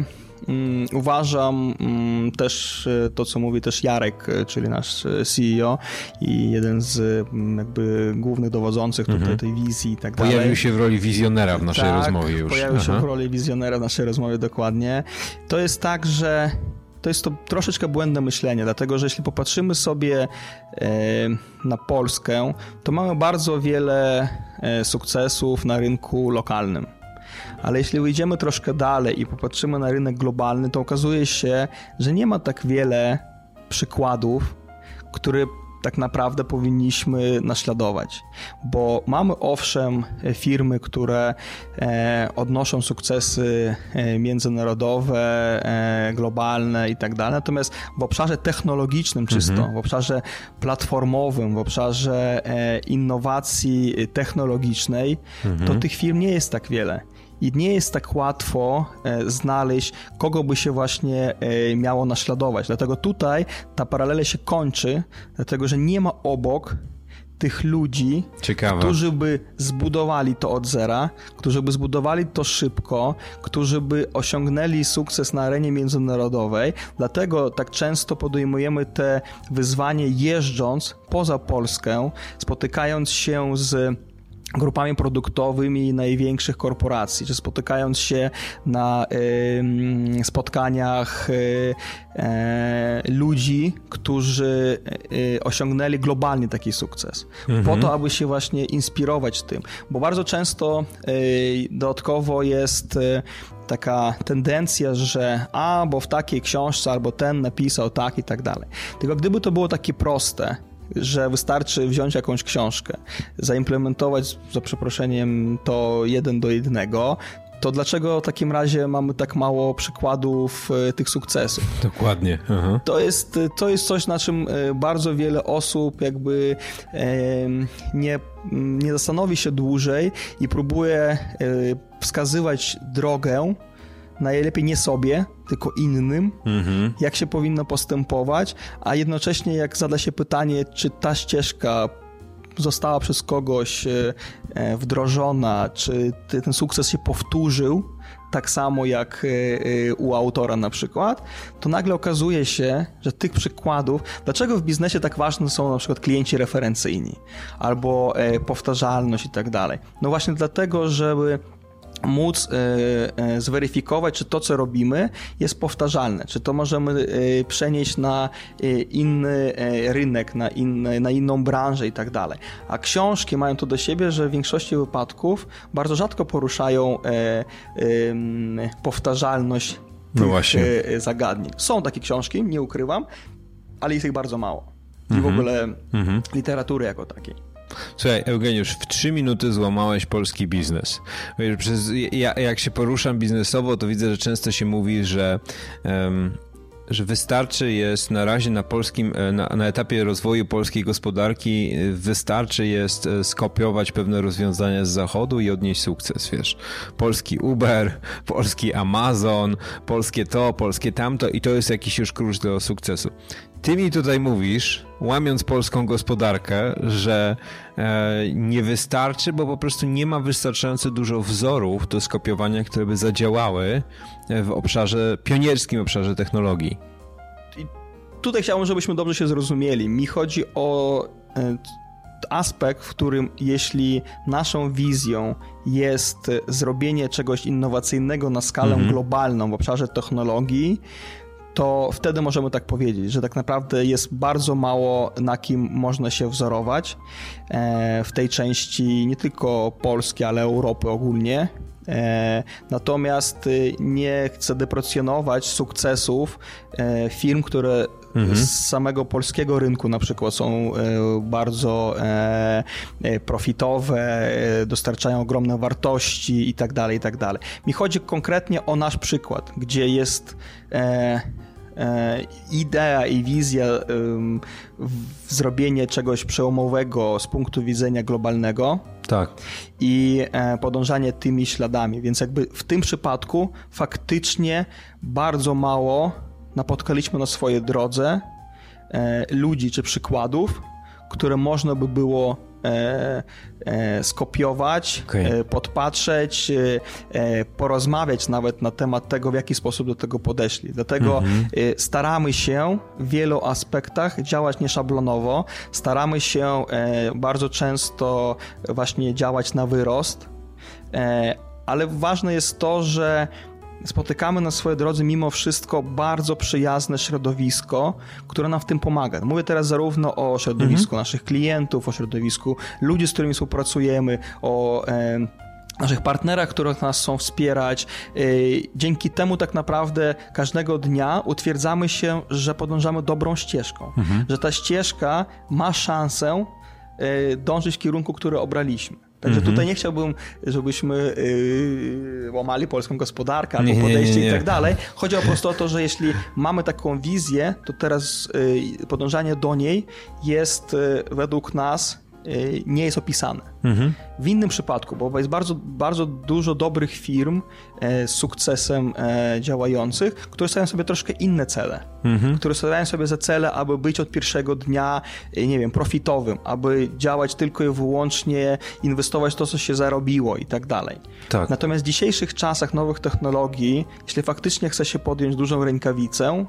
um, uważam um, też to, co mówi też Jarek, czyli nasz C E O i jeden z um, jakby głównych dowodzących tutaj mhm. tej wizji i tak dalej. Pojawił się w roli wizjonera w naszej tak, rozmowie już. pojawił Aha. się w roli wizjonera w naszej rozmowie, dokładnie. To jest tak, że to jest to troszeczkę błędne myślenie, dlatego że jeśli popatrzymy sobie e, na Polskę, to mamy bardzo wiele e, sukcesów na rynku lokalnym. Ale jeśli wyjdziemy troszkę dalej i popatrzymy na rynek globalny, to okazuje się, że nie ma tak wiele przykładów, które tak naprawdę powinniśmy naśladować, bo mamy owszem firmy, które e, odnoszą sukcesy e, międzynarodowe, e, globalne i tak dalej, natomiast w obszarze technologicznym czysto, mhm. w obszarze platformowym, w obszarze e, innowacji technologicznej, mhm. to tych firm nie jest tak wiele. I nie jest tak łatwo e, znaleźć, kogo by się właśnie e, miało naśladować. Dlatego tutaj ta paralela się kończy, dlatego że nie ma obok tych ludzi, Ciekawe. którzy by zbudowali to od zera, którzy by zbudowali to szybko, którzy by osiągnęli sukces na arenie międzynarodowej. Dlatego tak często podejmujemy te wyzwanie jeżdżąc poza Polskę, spotykając się z grupami produktowymi największych korporacji, czy spotykając się na y, spotkaniach y, y, ludzi, którzy y, osiągnęli globalnie taki sukces. Mhm. Po to, aby się właśnie inspirować tym. Bo bardzo często y, dodatkowo jest y, taka tendencja, że a, bo w takiej książce albo ten napisał tak i tak dalej. Tylko gdyby to było takie proste, że wystarczy wziąć jakąś książkę, zaimplementować, za przeproszeniem, to jeden do jednego, to dlaczego w takim razie mamy tak mało przykładów tych sukcesów? Dokładnie. Aha. To jest, to jest coś, na czym bardzo wiele osób jakby nie, nie zastanowi się dłużej i próbuje wskazywać drogę, najlepiej nie sobie, tylko innym, mm-hmm. jak się powinno postępować, a jednocześnie jak zada się pytanie, czy ta ścieżka została przez kogoś wdrożona, czy ten sukces się powtórzył, tak samo jak u autora na przykład, to nagle okazuje się, że tych przykładów, dlaczego w biznesie tak ważne są na przykład klienci referencyjni, albo powtarzalność i tak dalej. No właśnie dlatego, żeby móc y, y, zweryfikować, czy to, co robimy, jest powtarzalne, czy to możemy y, przenieść na y, inny y, rynek, na, inny, na inną branżę i tak dalej. A książki mają to do siebie, że w większości wypadków bardzo rzadko poruszają y, y, powtarzalność tych no y, zagadnień. Są takie książki, nie ukrywam, ale jest ich bardzo mało. I mm-hmm. w ogóle mm-hmm. literatury jako takiej. Słuchaj, Eugeniusz, w trzy minuty złamałeś polski biznes. Wiesz, przez, ja, jak się poruszam biznesowo, to widzę, że często się mówi, że, um, że wystarczy jest na razie na polskim, na, na etapie rozwoju polskiej gospodarki, wystarczy jest skopiować pewne rozwiązania z zachodu i odnieść sukces, wiesz. Polski Uber, polski Amazon, polskie to, polskie tamto i to jest jakiś już klucz do sukcesu. Ty mi tutaj mówisz, łamiąc polską gospodarkę, że e, nie wystarczy, bo po prostu nie ma wystarczająco dużo wzorów do skopiowania, które by zadziałały w obszarze, pionierskim obszarze technologii. I tutaj chciałbym, żebyśmy dobrze się zrozumieli. Mi chodzi o e, aspekt, w którym jeśli naszą wizją jest zrobienie czegoś innowacyjnego na skalę mhm. globalną w obszarze technologii, to wtedy możemy tak powiedzieć, że tak naprawdę jest bardzo mało, na kim można się wzorować w tej części nie tylko Polski, ale Europy ogólnie. Natomiast nie chcę deprecjonować sukcesów firm, które mhm. z samego polskiego rynku na przykład są bardzo profitowe, dostarczają ogromne wartości i tak dalej, i tak dalej. Mi chodzi konkretnie o nasz przykład, gdzie jest idea i wizja w zrobienie czegoś przełomowego z punktu widzenia globalnego. Tak. I podążanie tymi śladami. Więc jakby w tym przypadku faktycznie bardzo mało napotkaliśmy na swojej drodze ludzi czy przykładów, które można by było e, e, skopiować, okay. e, podpatrzeć, e, porozmawiać nawet na temat tego, w jaki sposób do tego podeszli. Dlatego mm-hmm. e, staramy się w wielu aspektach działać nieszablonowo, staramy się e, bardzo często właśnie działać na wyrost, e, ale ważne jest to, że spotykamy na swojej drodze mimo wszystko bardzo przyjazne środowisko, które nam w tym pomaga. Mówię teraz zarówno o środowisku mhm. naszych klientów, o środowisku ludzi, z którymi współpracujemy, o e, naszych partnerach, które nas chcą wspierać. E, dzięki temu tak naprawdę każdego dnia utwierdzamy się, że podążamy dobrą ścieżką, mhm. że ta ścieżka ma szansę e, dążyć w kierunku, który obraliśmy. Także mm-hmm. tutaj nie chciałbym, żebyśmy yy, łamali polską gospodarkę albo podejście nie, nie, nie. i tak dalej. Chodzi po prostu o to, że jeśli mamy taką wizję, to teraz yy, podążanie do niej jest yy, według nas yy, nie jest opisane. Mm-hmm. W innym przypadku, bo jest bardzo, bardzo dużo dobrych firm e, z sukcesem e, działających, które stawiają sobie troszkę inne cele. Mm-hmm. Które stawiają sobie za cele, aby być od pierwszego dnia, e, nie wiem, profitowym, aby działać tylko i wyłącznie, inwestować w to, co się zarobiło i tak dalej. Tak. Natomiast w dzisiejszych czasach nowych technologii, jeśli faktycznie chce się podjąć dużą rękawicę, e,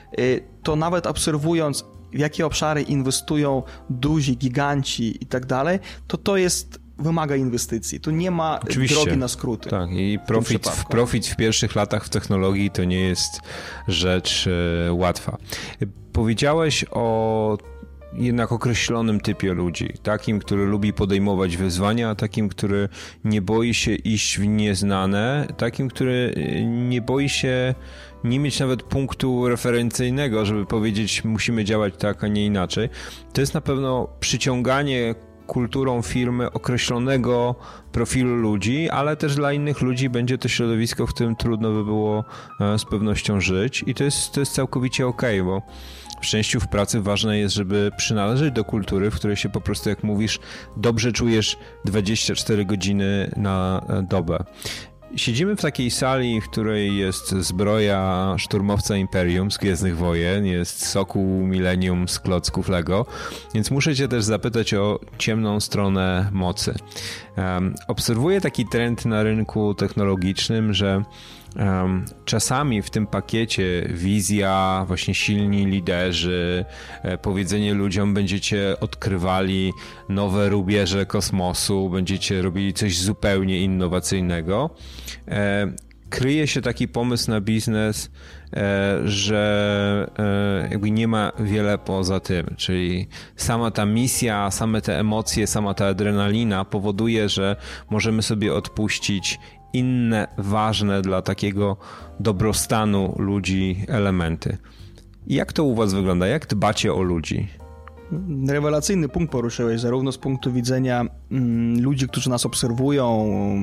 to nawet obserwując, w jakie obszary inwestują duzi, giganci i tak dalej, to to jest, wymaga inwestycji. Tu nie ma Oczywiście. drogi na skróty. Tak, i profit w, profit w pierwszych latach w technologii to nie jest rzecz e, łatwa. Powiedziałeś o jednak określonym typie ludzi. Takim, który lubi podejmować wyzwania, takim, który nie boi się iść w nieznane, takim, który nie boi się nie mieć nawet punktu referencyjnego, żeby powiedzieć, musimy działać tak, a nie inaczej. To jest na pewno przyciąganie kulturą firmy określonego profilu ludzi, ale też dla innych ludzi będzie to środowisko, w którym trudno by było z pewnością żyć i to jest, to jest całkowicie okej, bo w szczęściu w pracy ważne jest, żeby przynależeć do kultury, w której się po prostu, jak mówisz, dobrze czujesz dwadzieścia cztery godziny na dobę. Siedzimy w takiej sali, w której jest zbroja szturmowca Imperium z Gwiezdnych Wojen, jest Sokół Millennium z klocków Lego, więc muszę cię też zapytać o ciemną stronę mocy. Um, obserwuję taki trend na rynku technologicznym, że um, czasami w tym pakiecie wizja, właśnie silni liderzy, e, powiedzenie ludziom, będziecie odkrywali nowe rubieże kosmosu, będziecie robili coś zupełnie innowacyjnego. E, kryje się taki pomysł na biznes, e, że e, jakby nie ma wiele poza tym, czyli sama ta misja, same te emocje, sama ta adrenalina powoduje, że możemy sobie odpuścić inne ważne dla takiego dobrostanu ludzi elementy. Jak to u was wygląda? Jak dbacie o ludzi? Rewelacyjny punkt poruszyłeś, zarówno z punktu widzenia mm, ludzi, którzy nas obserwują,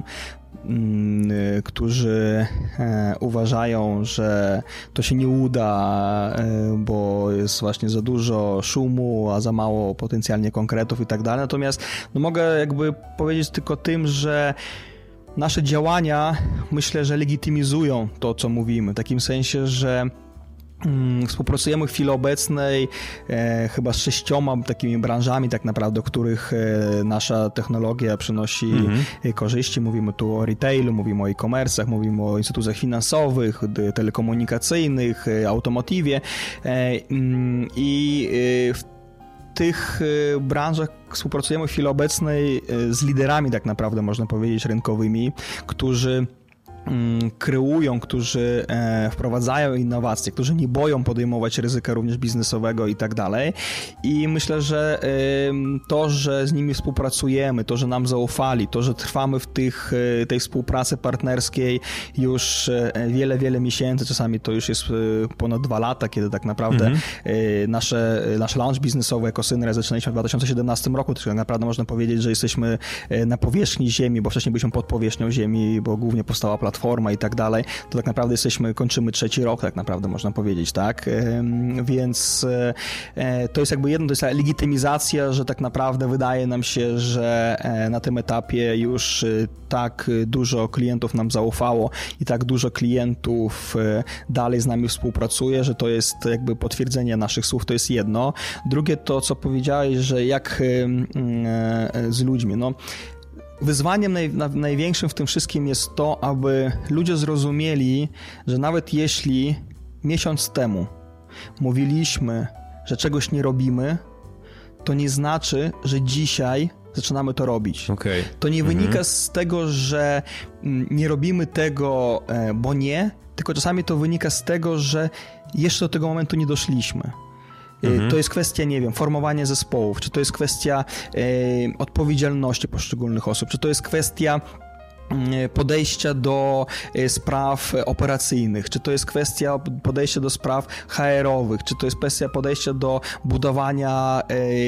mm, którzy e, uważają, że to się nie uda, e, bo jest właśnie za dużo szumu, a za mało potencjalnie konkretów i tak dalej. Natomiast no, mogę jakby powiedzieć tylko tym, że nasze działania, myślę, że legitymizują to, co mówimy, w takim sensie, że mm, współpracujemy w chwili obecnej e, chyba z sześcioma takimi branżami tak naprawdę, do których e, nasza technologia przynosi mm-hmm. korzyści. Mówimy tu o retailu, mówimy o e-commerce'ach, mówimy o instytucjach finansowych, telekomunikacyjnych, automotywie e, mm, i e, w W tych branżach współpracujemy w chwili obecnej z liderami, tak naprawdę można powiedzieć, rynkowymi, którzy kreują, którzy wprowadzają innowacje, którzy nie boją podejmować ryzyka również biznesowego i tak dalej. I myślę, że to, że z nimi współpracujemy, to, że nam zaufali, to, że trwamy w tych, tej współpracy partnerskiej już wiele, wiele miesięcy, czasami to już jest ponad dwa lata, kiedy tak naprawdę mm-hmm. nasze, nasz launch biznesowy jako Synres zaczynaliśmy w dwa tysiące siedemnastym roku, czyli tak naprawdę można powiedzieć, że jesteśmy na powierzchni ziemi, bo wcześniej byliśmy pod powierzchnią ziemi, bo głównie powstała platforma platforma i tak dalej, to tak naprawdę jesteśmy, kończymy trzeci rok, tak naprawdę można powiedzieć, tak? Więc to jest jakby jedno, to jest ta legitymizacja, że tak naprawdę wydaje nam się, że na tym etapie już tak dużo klientów nam zaufało i tak dużo klientów dalej z nami współpracuje, że to jest jakby potwierdzenie naszych słów, to jest jedno. Drugie to, co powiedziałeś, że jak z ludźmi, no wyzwaniem naj, największym w tym wszystkim jest to, aby ludzie zrozumieli, że nawet jeśli miesiąc temu mówiliśmy, że czegoś nie robimy, to nie znaczy, że dzisiaj zaczynamy to robić. Okay. To nie mhm. wynika z tego, że nie robimy tego, bo nie, tylko czasami to wynika z tego, że jeszcze do tego momentu nie doszliśmy. Mhm. To jest kwestia, nie wiem, formowania zespołów, czy to jest kwestia e, odpowiedzialności poszczególnych osób, czy to jest kwestia podejścia do spraw operacyjnych, czy to jest kwestia podejścia do spraw H R-owych, czy to jest kwestia podejścia do budowania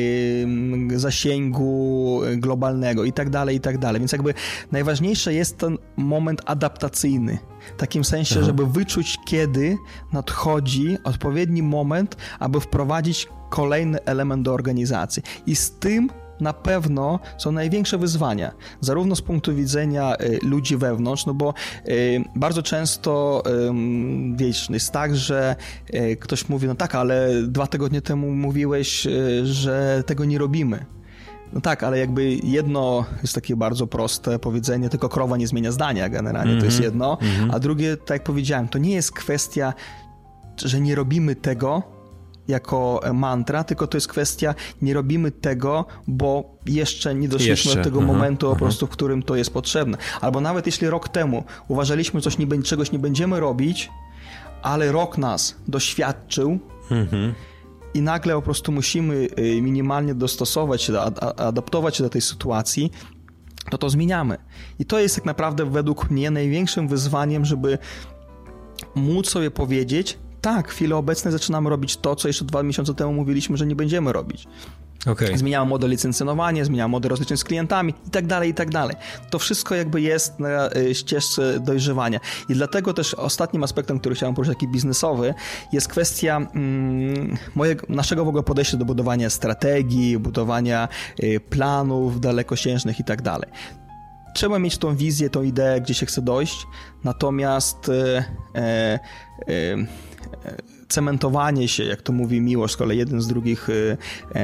e, zasięgu globalnego i tak dalej, i tak dalej. Więc jakby najważniejszy jest ten moment adaptacyjny. W takim sensie, Aha. żeby wyczuć, kiedy nadchodzi odpowiedni moment, aby wprowadzić kolejny element do organizacji. I z tym na pewno są największe wyzwania, zarówno z punktu widzenia y, ludzi wewnątrz, no bo y, bardzo często y, wiesz, jest tak, że y, ktoś mówi, no tak, ale dwa tygodnie temu mówiłeś, y, że tego nie robimy. No tak, ale jakby jedno jest takie bardzo proste powiedzenie, tylko krowa nie zmienia zdania generalnie, mm-hmm. to jest jedno, mm-hmm. a drugie, tak jak powiedziałem, to nie jest kwestia, że nie robimy tego jako mantra, tylko to jest kwestia, nie robimy tego, bo jeszcze nie doszliśmy jeszcze. do tego uh-huh, momentu uh-huh. po prostu, w którym to jest potrzebne. Albo nawet jeśli rok temu uważaliśmy, coś nie, czegoś nie będziemy robić, ale rok nas doświadczył uh-huh. i nagle po prostu musimy minimalnie dostosować się, adaptować się do tej sytuacji, to to zmieniamy. I to jest tak naprawdę według mnie największym wyzwaniem, żeby móc sobie powiedzieć, tak, w chwili obecnej zaczynamy robić to, co jeszcze dwa miesiące temu mówiliśmy, że nie będziemy robić. Okay. Zmieniamy model licencjonowania, zmieniamy model rozliczeń z klientami i tak dalej, i tak dalej. To wszystko jakby jest na ścieżce dojrzewania. I dlatego też ostatnim aspektem, który chciałem poruszyć, taki biznesowy, jest kwestia mm, mojego, naszego w ogóle podejścia do budowania strategii, budowania y, planów dalekosiężnych i tak dalej. Trzeba mieć tą wizję, tą ideę, gdzie się chce dojść, natomiast y, y, y, cementowanie się, jak to mówi Miłosz, z kolei jeden z drugich y,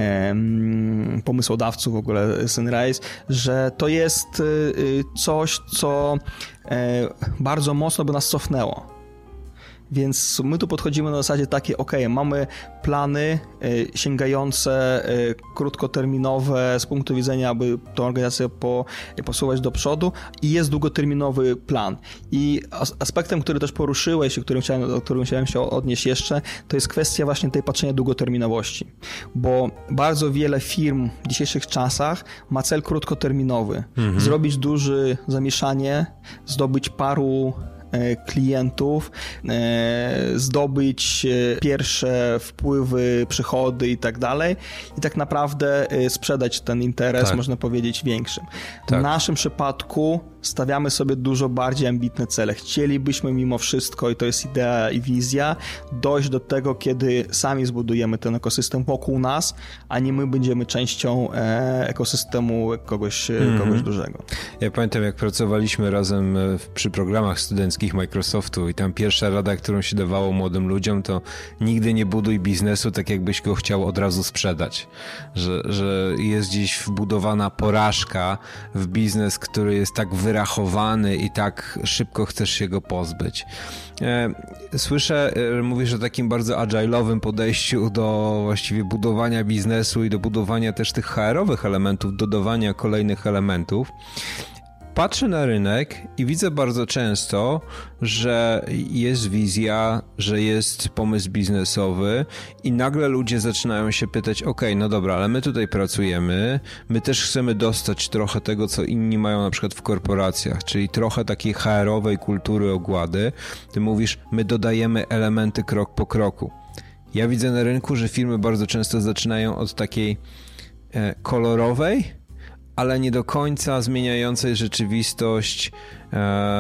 y, pomysłodawców w ogóle Sunrise, że to jest y, coś, co y, bardzo mocno by nas cofnęło. Więc my tu podchodzimy na zasadzie takiej, ok, mamy plany y, sięgające y, krótkoterminowe z punktu widzenia, aby tę organizację po, y, posuwać do przodu i jest długoterminowy plan. I as- aspektem, który też poruszyłeś, którym chciałem, o którym chciałem się odnieść jeszcze, to jest kwestia właśnie tej patrzenia długoterminowości. Bo bardzo wiele firm w dzisiejszych czasach ma cel krótkoterminowy. Mhm. Zrobić duże zamieszanie, zdobyć paru klientów, zdobyć pierwsze wpływy, przychody i tak dalej i tak naprawdę sprzedać ten interes, tak. można powiedzieć, większym. Tak. W naszym przypadku stawiamy sobie dużo bardziej ambitne cele. Chcielibyśmy mimo wszystko, i to jest idea i wizja, dojść do tego, kiedy sami zbudujemy ten ekosystem wokół nas, a nie my będziemy częścią ekosystemu kogoś, mm-hmm. kogoś dużego. Ja pamiętam, jak pracowaliśmy razem przy programach studenckich Microsoftu i tam pierwsza rada, którą się dawało młodym ludziom, to nigdy nie buduj biznesu tak, jakbyś go chciał od razu sprzedać. Że, że jest gdzieś wbudowana porażka w biznes, który jest tak wyrachowany i tak szybko chcesz się go pozbyć. Słyszę, mówisz o takim bardzo agile'owym podejściu do właściwie budowania biznesu i do budowania też tych H R-owych elementów, dodawania kolejnych elementów. Patrzę na rynek i widzę bardzo często, że jest wizja, że jest pomysł biznesowy i nagle ludzie zaczynają się pytać, ok, no dobra, ale my tutaj pracujemy, my też chcemy dostać trochę tego, co inni mają na przykład w korporacjach, czyli trochę takiej H R-owej kultury ogłady. Ty mówisz, my dodajemy elementy krok po kroku. Ja widzę na rynku, że firmy bardzo często zaczynają od takiej e, kolorowej, ale nie do końca zmieniającej rzeczywistość e,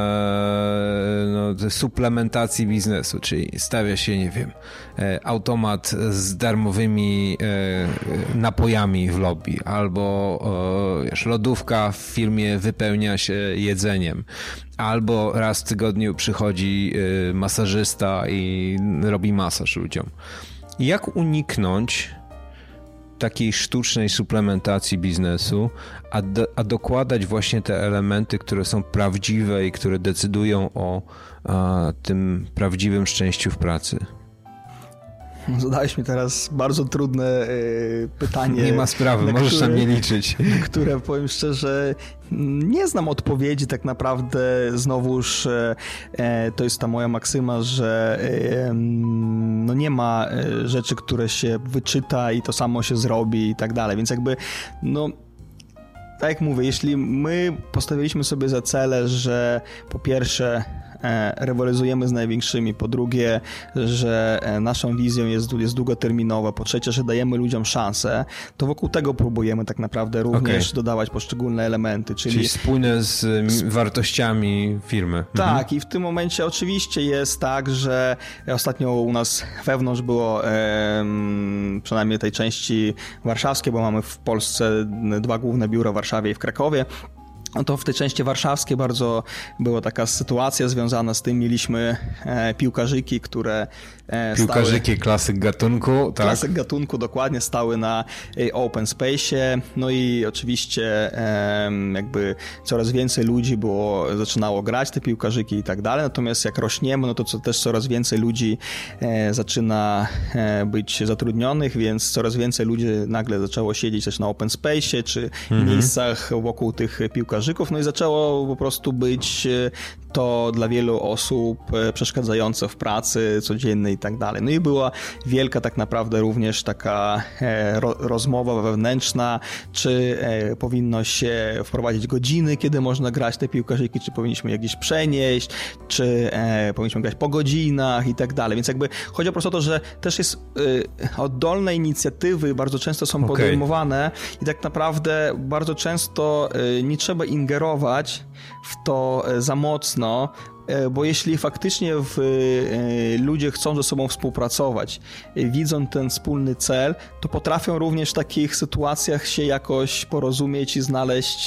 no, suplementacji biznesu, czyli stawia się, nie wiem, e, automat z darmowymi e, napojami w lobby, albo e, wiesz, lodówka w firmie wypełnia się jedzeniem, albo raz w tygodniu przychodzi e, masażysta i robi masaż ludziom. Jak uniknąć takiej sztucznej suplementacji biznesu, a, do, a dokładać właśnie te elementy, które są prawdziwe i które decydują o a, tym prawdziwym szczęściu w pracy? Zadałeś mi teraz bardzo trudne y, pytanie. Nie ma sprawy, możesz które, na mnie liczyć. Które, powiem szczerze, nie znam odpowiedzi tak naprawdę. Znowuż e, to jest ta moja maksyma, że e, no nie ma rzeczy, które się wyczyta i to samo się zrobi i tak dalej, więc jakby no tak jak mówię, jeśli my postawiliśmy sobie za cele, że po pierwsze rywalizujemy z największymi, po drugie, że naszą wizją jest, jest długoterminowa, po trzecie, że dajemy ludziom szansę, to wokół tego próbujemy tak naprawdę również okay. dodawać poszczególne elementy. Czyli, czyli spójne z, z wartościami firmy. Tak, mhm. i w tym momencie oczywiście jest tak, że ostatnio u nas wewnątrz było e, przynajmniej tej części warszawskiej, bo mamy w Polsce dwa główne biura w Warszawie i w Krakowie. No to w tej części warszawskiej bardzo była taka sytuacja związana z tym. Mieliśmy e, piłkarzyki, które e, Piłkarzyki, stały, klasyk gatunku, tak? Klasyk gatunku, dokładnie, stały na e, open space'ie. No i oczywiście e, jakby coraz więcej ludzi było, zaczynało grać te piłkarzyki i tak dalej. Natomiast jak rośniemy, no to co, też coraz więcej ludzi e, zaczyna e, być zatrudnionych, więc coraz więcej ludzi nagle zaczęło siedzieć też na open space'ie, czy mhm. miejscach wokół tych piłkarzyków. No i zaczęło po prostu być to dla wielu osób przeszkadzające w pracy codziennej i tak dalej. No i była wielka tak naprawdę również taka ro- rozmowa wewnętrzna, czy powinno się wprowadzić godziny, kiedy można grać te piłkarzyki, czy powinniśmy je gdzieś przenieść, czy powinniśmy grać po godzinach i tak dalej. Więc jakby chodzi po prostu o to, że też jest oddolne inicjatywy bardzo często są okay. podejmowane i tak naprawdę bardzo często nie trzeba ingerować w to za mocno, bo jeśli faktycznie w, ludzie chcą ze sobą współpracować, widzą ten wspólny cel, to potrafią również w takich sytuacjach się jakoś porozumieć i znaleźć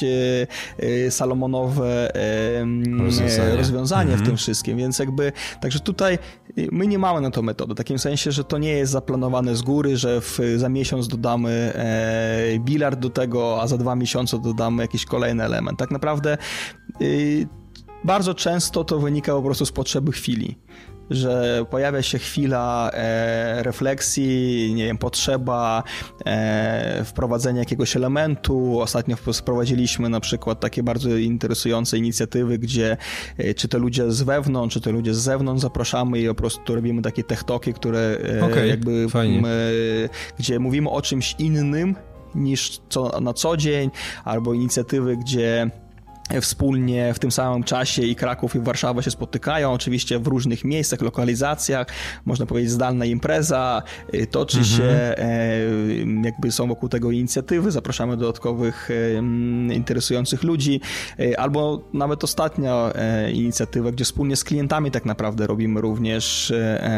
salomonowe rozwiązanie, rozwiązanie mhm. w tym wszystkim, więc jakby, także tutaj my nie mamy na to metody, w takim sensie, że to nie jest zaplanowane z góry, że w, za miesiąc dodamy bilard do tego, a za dwa miesiące dodamy jakiś kolejny element. Tak naprawdę bardzo często to wynika po prostu z potrzeby chwili, że pojawia się chwila e, refleksji, nie wiem, potrzeba e, wprowadzenia jakiegoś elementu. Ostatnio wprowadziliśmy na przykład takie bardzo interesujące inicjatywy, gdzie e, czy to ludzie z wewnątrz, czy to ludzie z zewnątrz zapraszamy i po prostu robimy takie tech-talki, które e, okay, jakby m, e, gdzie mówimy o czymś innym niż co, na co dzień, albo inicjatywy, gdzie wspólnie w tym samym czasie i Kraków i Warszawa się spotykają, oczywiście w różnych miejscach, lokalizacjach, można powiedzieć zdalna impreza, toczy mhm. się, jakby są wokół tego inicjatywy, zapraszamy dodatkowych interesujących ludzi, albo nawet ostatnia inicjatywa, gdzie wspólnie z klientami tak naprawdę robimy również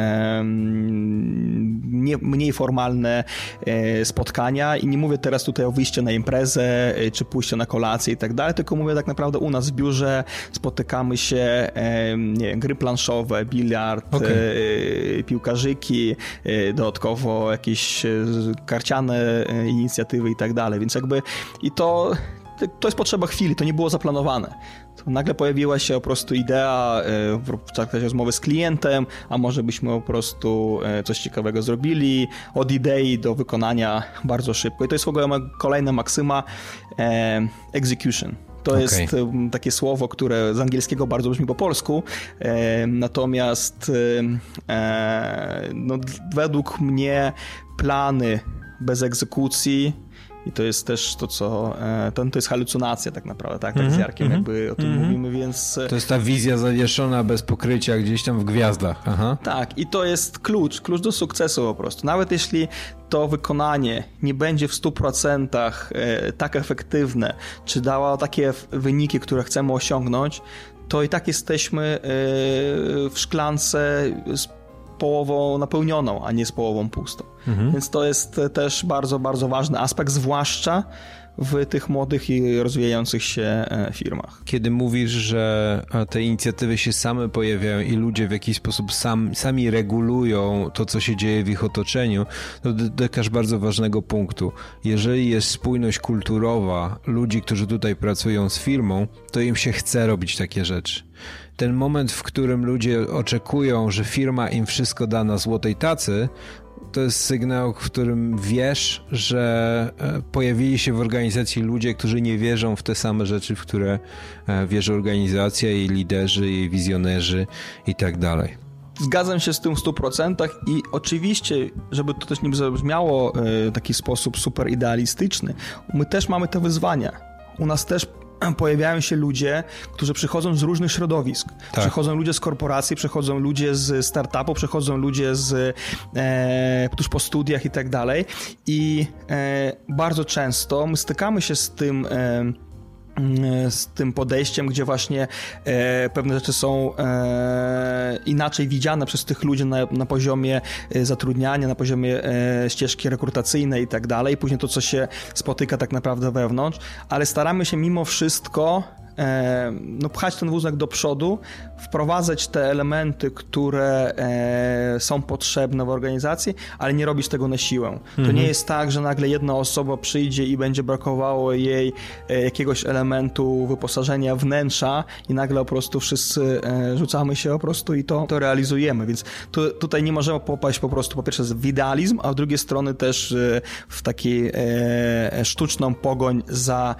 mniej formalne spotkania i nie mówię teraz tutaj o wyjściu na imprezę, czy pójściu na kolację i tak dalej, tylko mówię tak naprawdę Naprawdę u nas w biurze spotykamy się, nie wiem, gry planszowe, biliard, okay. piłkarzyki, dodatkowo jakieś karciane inicjatywy i tak dalej, więc jakby i to, to jest potrzeba chwili, to nie było zaplanowane. To nagle pojawiła się po prostu idea w trakcie rozmowy z klientem, a może byśmy po prostu coś ciekawego zrobili, od idei do wykonania bardzo szybko. I to jest w ogóle kolejna maksyma, execution. To okay. jest takie słowo, które z angielskiego bardzo brzmi po polsku, e, natomiast e, no, według mnie plany bez egzekucji I to jest też to, co... To, to jest halucynacja tak naprawdę, tak? Tak z Jarkiem mm-hmm. jakby o tym mm-hmm. mówimy, więc... To jest ta wizja zawieszona bez pokrycia gdzieś tam w gwiazdach. Aha. Tak, i to jest klucz, klucz do sukcesu po prostu. Nawet jeśli to wykonanie nie będzie w stu procentach tak efektywne, czy dało takie wyniki, które chcemy osiągnąć, to i tak jesteśmy w szklance z połową napełnioną, a nie z połową pustą. Mhm. Więc to jest też bardzo, bardzo ważny aspekt, zwłaszcza w tych młodych i rozwijających się firmach. Kiedy mówisz, że te inicjatywy się same pojawiają i ludzie w jakiś sposób sam, sami regulują to, co się dzieje w ich otoczeniu, to dotykasz bardzo ważnego punktu. Jeżeli jest spójność kulturowa ludzi, którzy tutaj pracują z firmą, to im się chce robić takie rzeczy. Ten moment, w którym ludzie oczekują, że firma im wszystko da na złotej tacy, to jest sygnał, w którym wiesz, że pojawili się w organizacji ludzie, którzy nie wierzą w te same rzeczy, w które wierzy organizacja, jej liderzy, jej wizjonerzy i tak dalej. Zgadzam się z tym w stu procentach i oczywiście, żeby to też nie zabrzmiało w taki sposób super idealistyczny, my też mamy te wyzwania. U nas też pojawiają się ludzie, którzy przychodzą z różnych środowisk. Tak. Przychodzą ludzie z korporacji, przychodzą ludzie z startupu, przychodzą ludzie z e, tuż po studiach i tak dalej. I e, bardzo często my stykamy się z tym e, z tym podejściem, gdzie właśnie e, pewne rzeczy są e, inaczej widziane przez tych ludzi na, na poziomie zatrudniania, na poziomie e, ścieżki rekrutacyjnej i tak dalej. Później to, co się spotyka tak naprawdę wewnątrz, ale staramy się mimo wszystko e, no, pchać ten wózek do przodu, wprowadzać te elementy, które e, są potrzebne w organizacji, ale nie robić tego na siłę. Mhm. To nie jest tak, że nagle jedna osoba przyjdzie i będzie brakowało jej e, jakiegoś elementu wyposażenia wnętrza i nagle po prostu wszyscy e, rzucamy się po prostu i to, to realizujemy. Więc tu, tutaj nie możemy popaść po prostu po pierwsze w idealizm, a z drugiej strony też e, w taki e, sztuczną pogoń za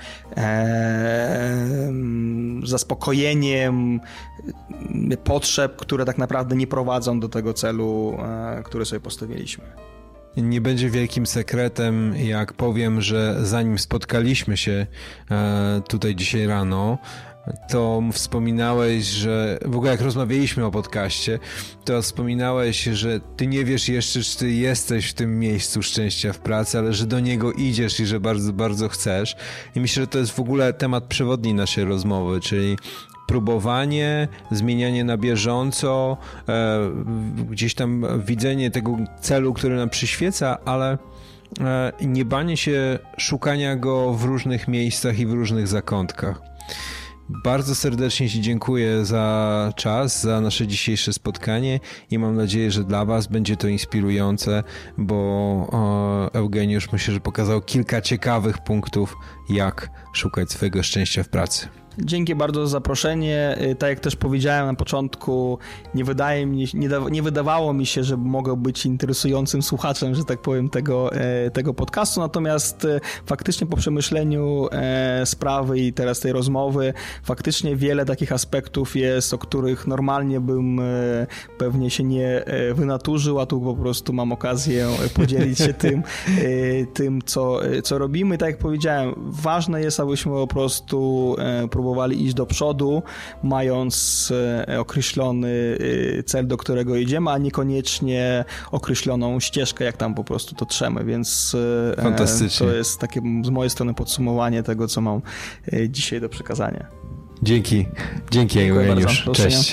e, zaspokojeniem potrzeb, które tak naprawdę nie prowadzą do tego celu, który sobie postawiliśmy. Nie będzie wielkim sekretem, jak powiem, że zanim spotkaliśmy się tutaj dzisiaj rano, to wspominałeś, że w ogóle jak rozmawialiśmy o podcaście, to wspominałeś, że ty nie wiesz jeszcze, czy ty jesteś w tym miejscu szczęścia w pracy, ale że do niego idziesz i że bardzo, bardzo chcesz. I myślę, że to jest w ogóle temat przewodni naszej rozmowy, czyli próbowanie, zmienianie na bieżąco, e, gdzieś tam widzenie tego celu, który nam przyświeca, ale e, nie banie się szukania go w różnych miejscach i w różnych zakątkach. Bardzo serdecznie Ci dziękuję za czas, za nasze dzisiejsze spotkanie i mam nadzieję, że dla Was będzie to inspirujące, bo o, Eugeniusz myślę, że pokazał kilka ciekawych punktów, jak szukać swojego szczęścia w pracy. Dzięki bardzo za zaproszenie. Tak jak też powiedziałem na początku, nie, wydaje mi, nie, da, nie wydawało mi się, że mogę być interesującym słuchaczem, że tak powiem, tego, tego podcastu, natomiast faktycznie po przemyśleniu sprawy i teraz tej rozmowy, faktycznie wiele takich aspektów jest, o których normalnie bym pewnie się nie wynaturzył, a tu po prostu mam okazję podzielić się tym, tym co, co robimy. Tak jak powiedziałem, ważne jest, abyśmy po prostu próbowali iść do przodu, mając określony cel, do którego idziemy, a niekoniecznie określoną ścieżkę, jak tam po prostu to trzemy, więc fantastycznie. To jest takie z mojej strony podsumowanie tego, co mam dzisiaj do przekazania. Dzięki. Dzięki, Eugeniusz. Cześć.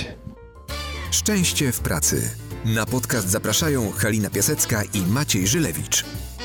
Szczęście w pracy. Na podcast zapraszają Halina Piasecka i Maciej Żylewicz.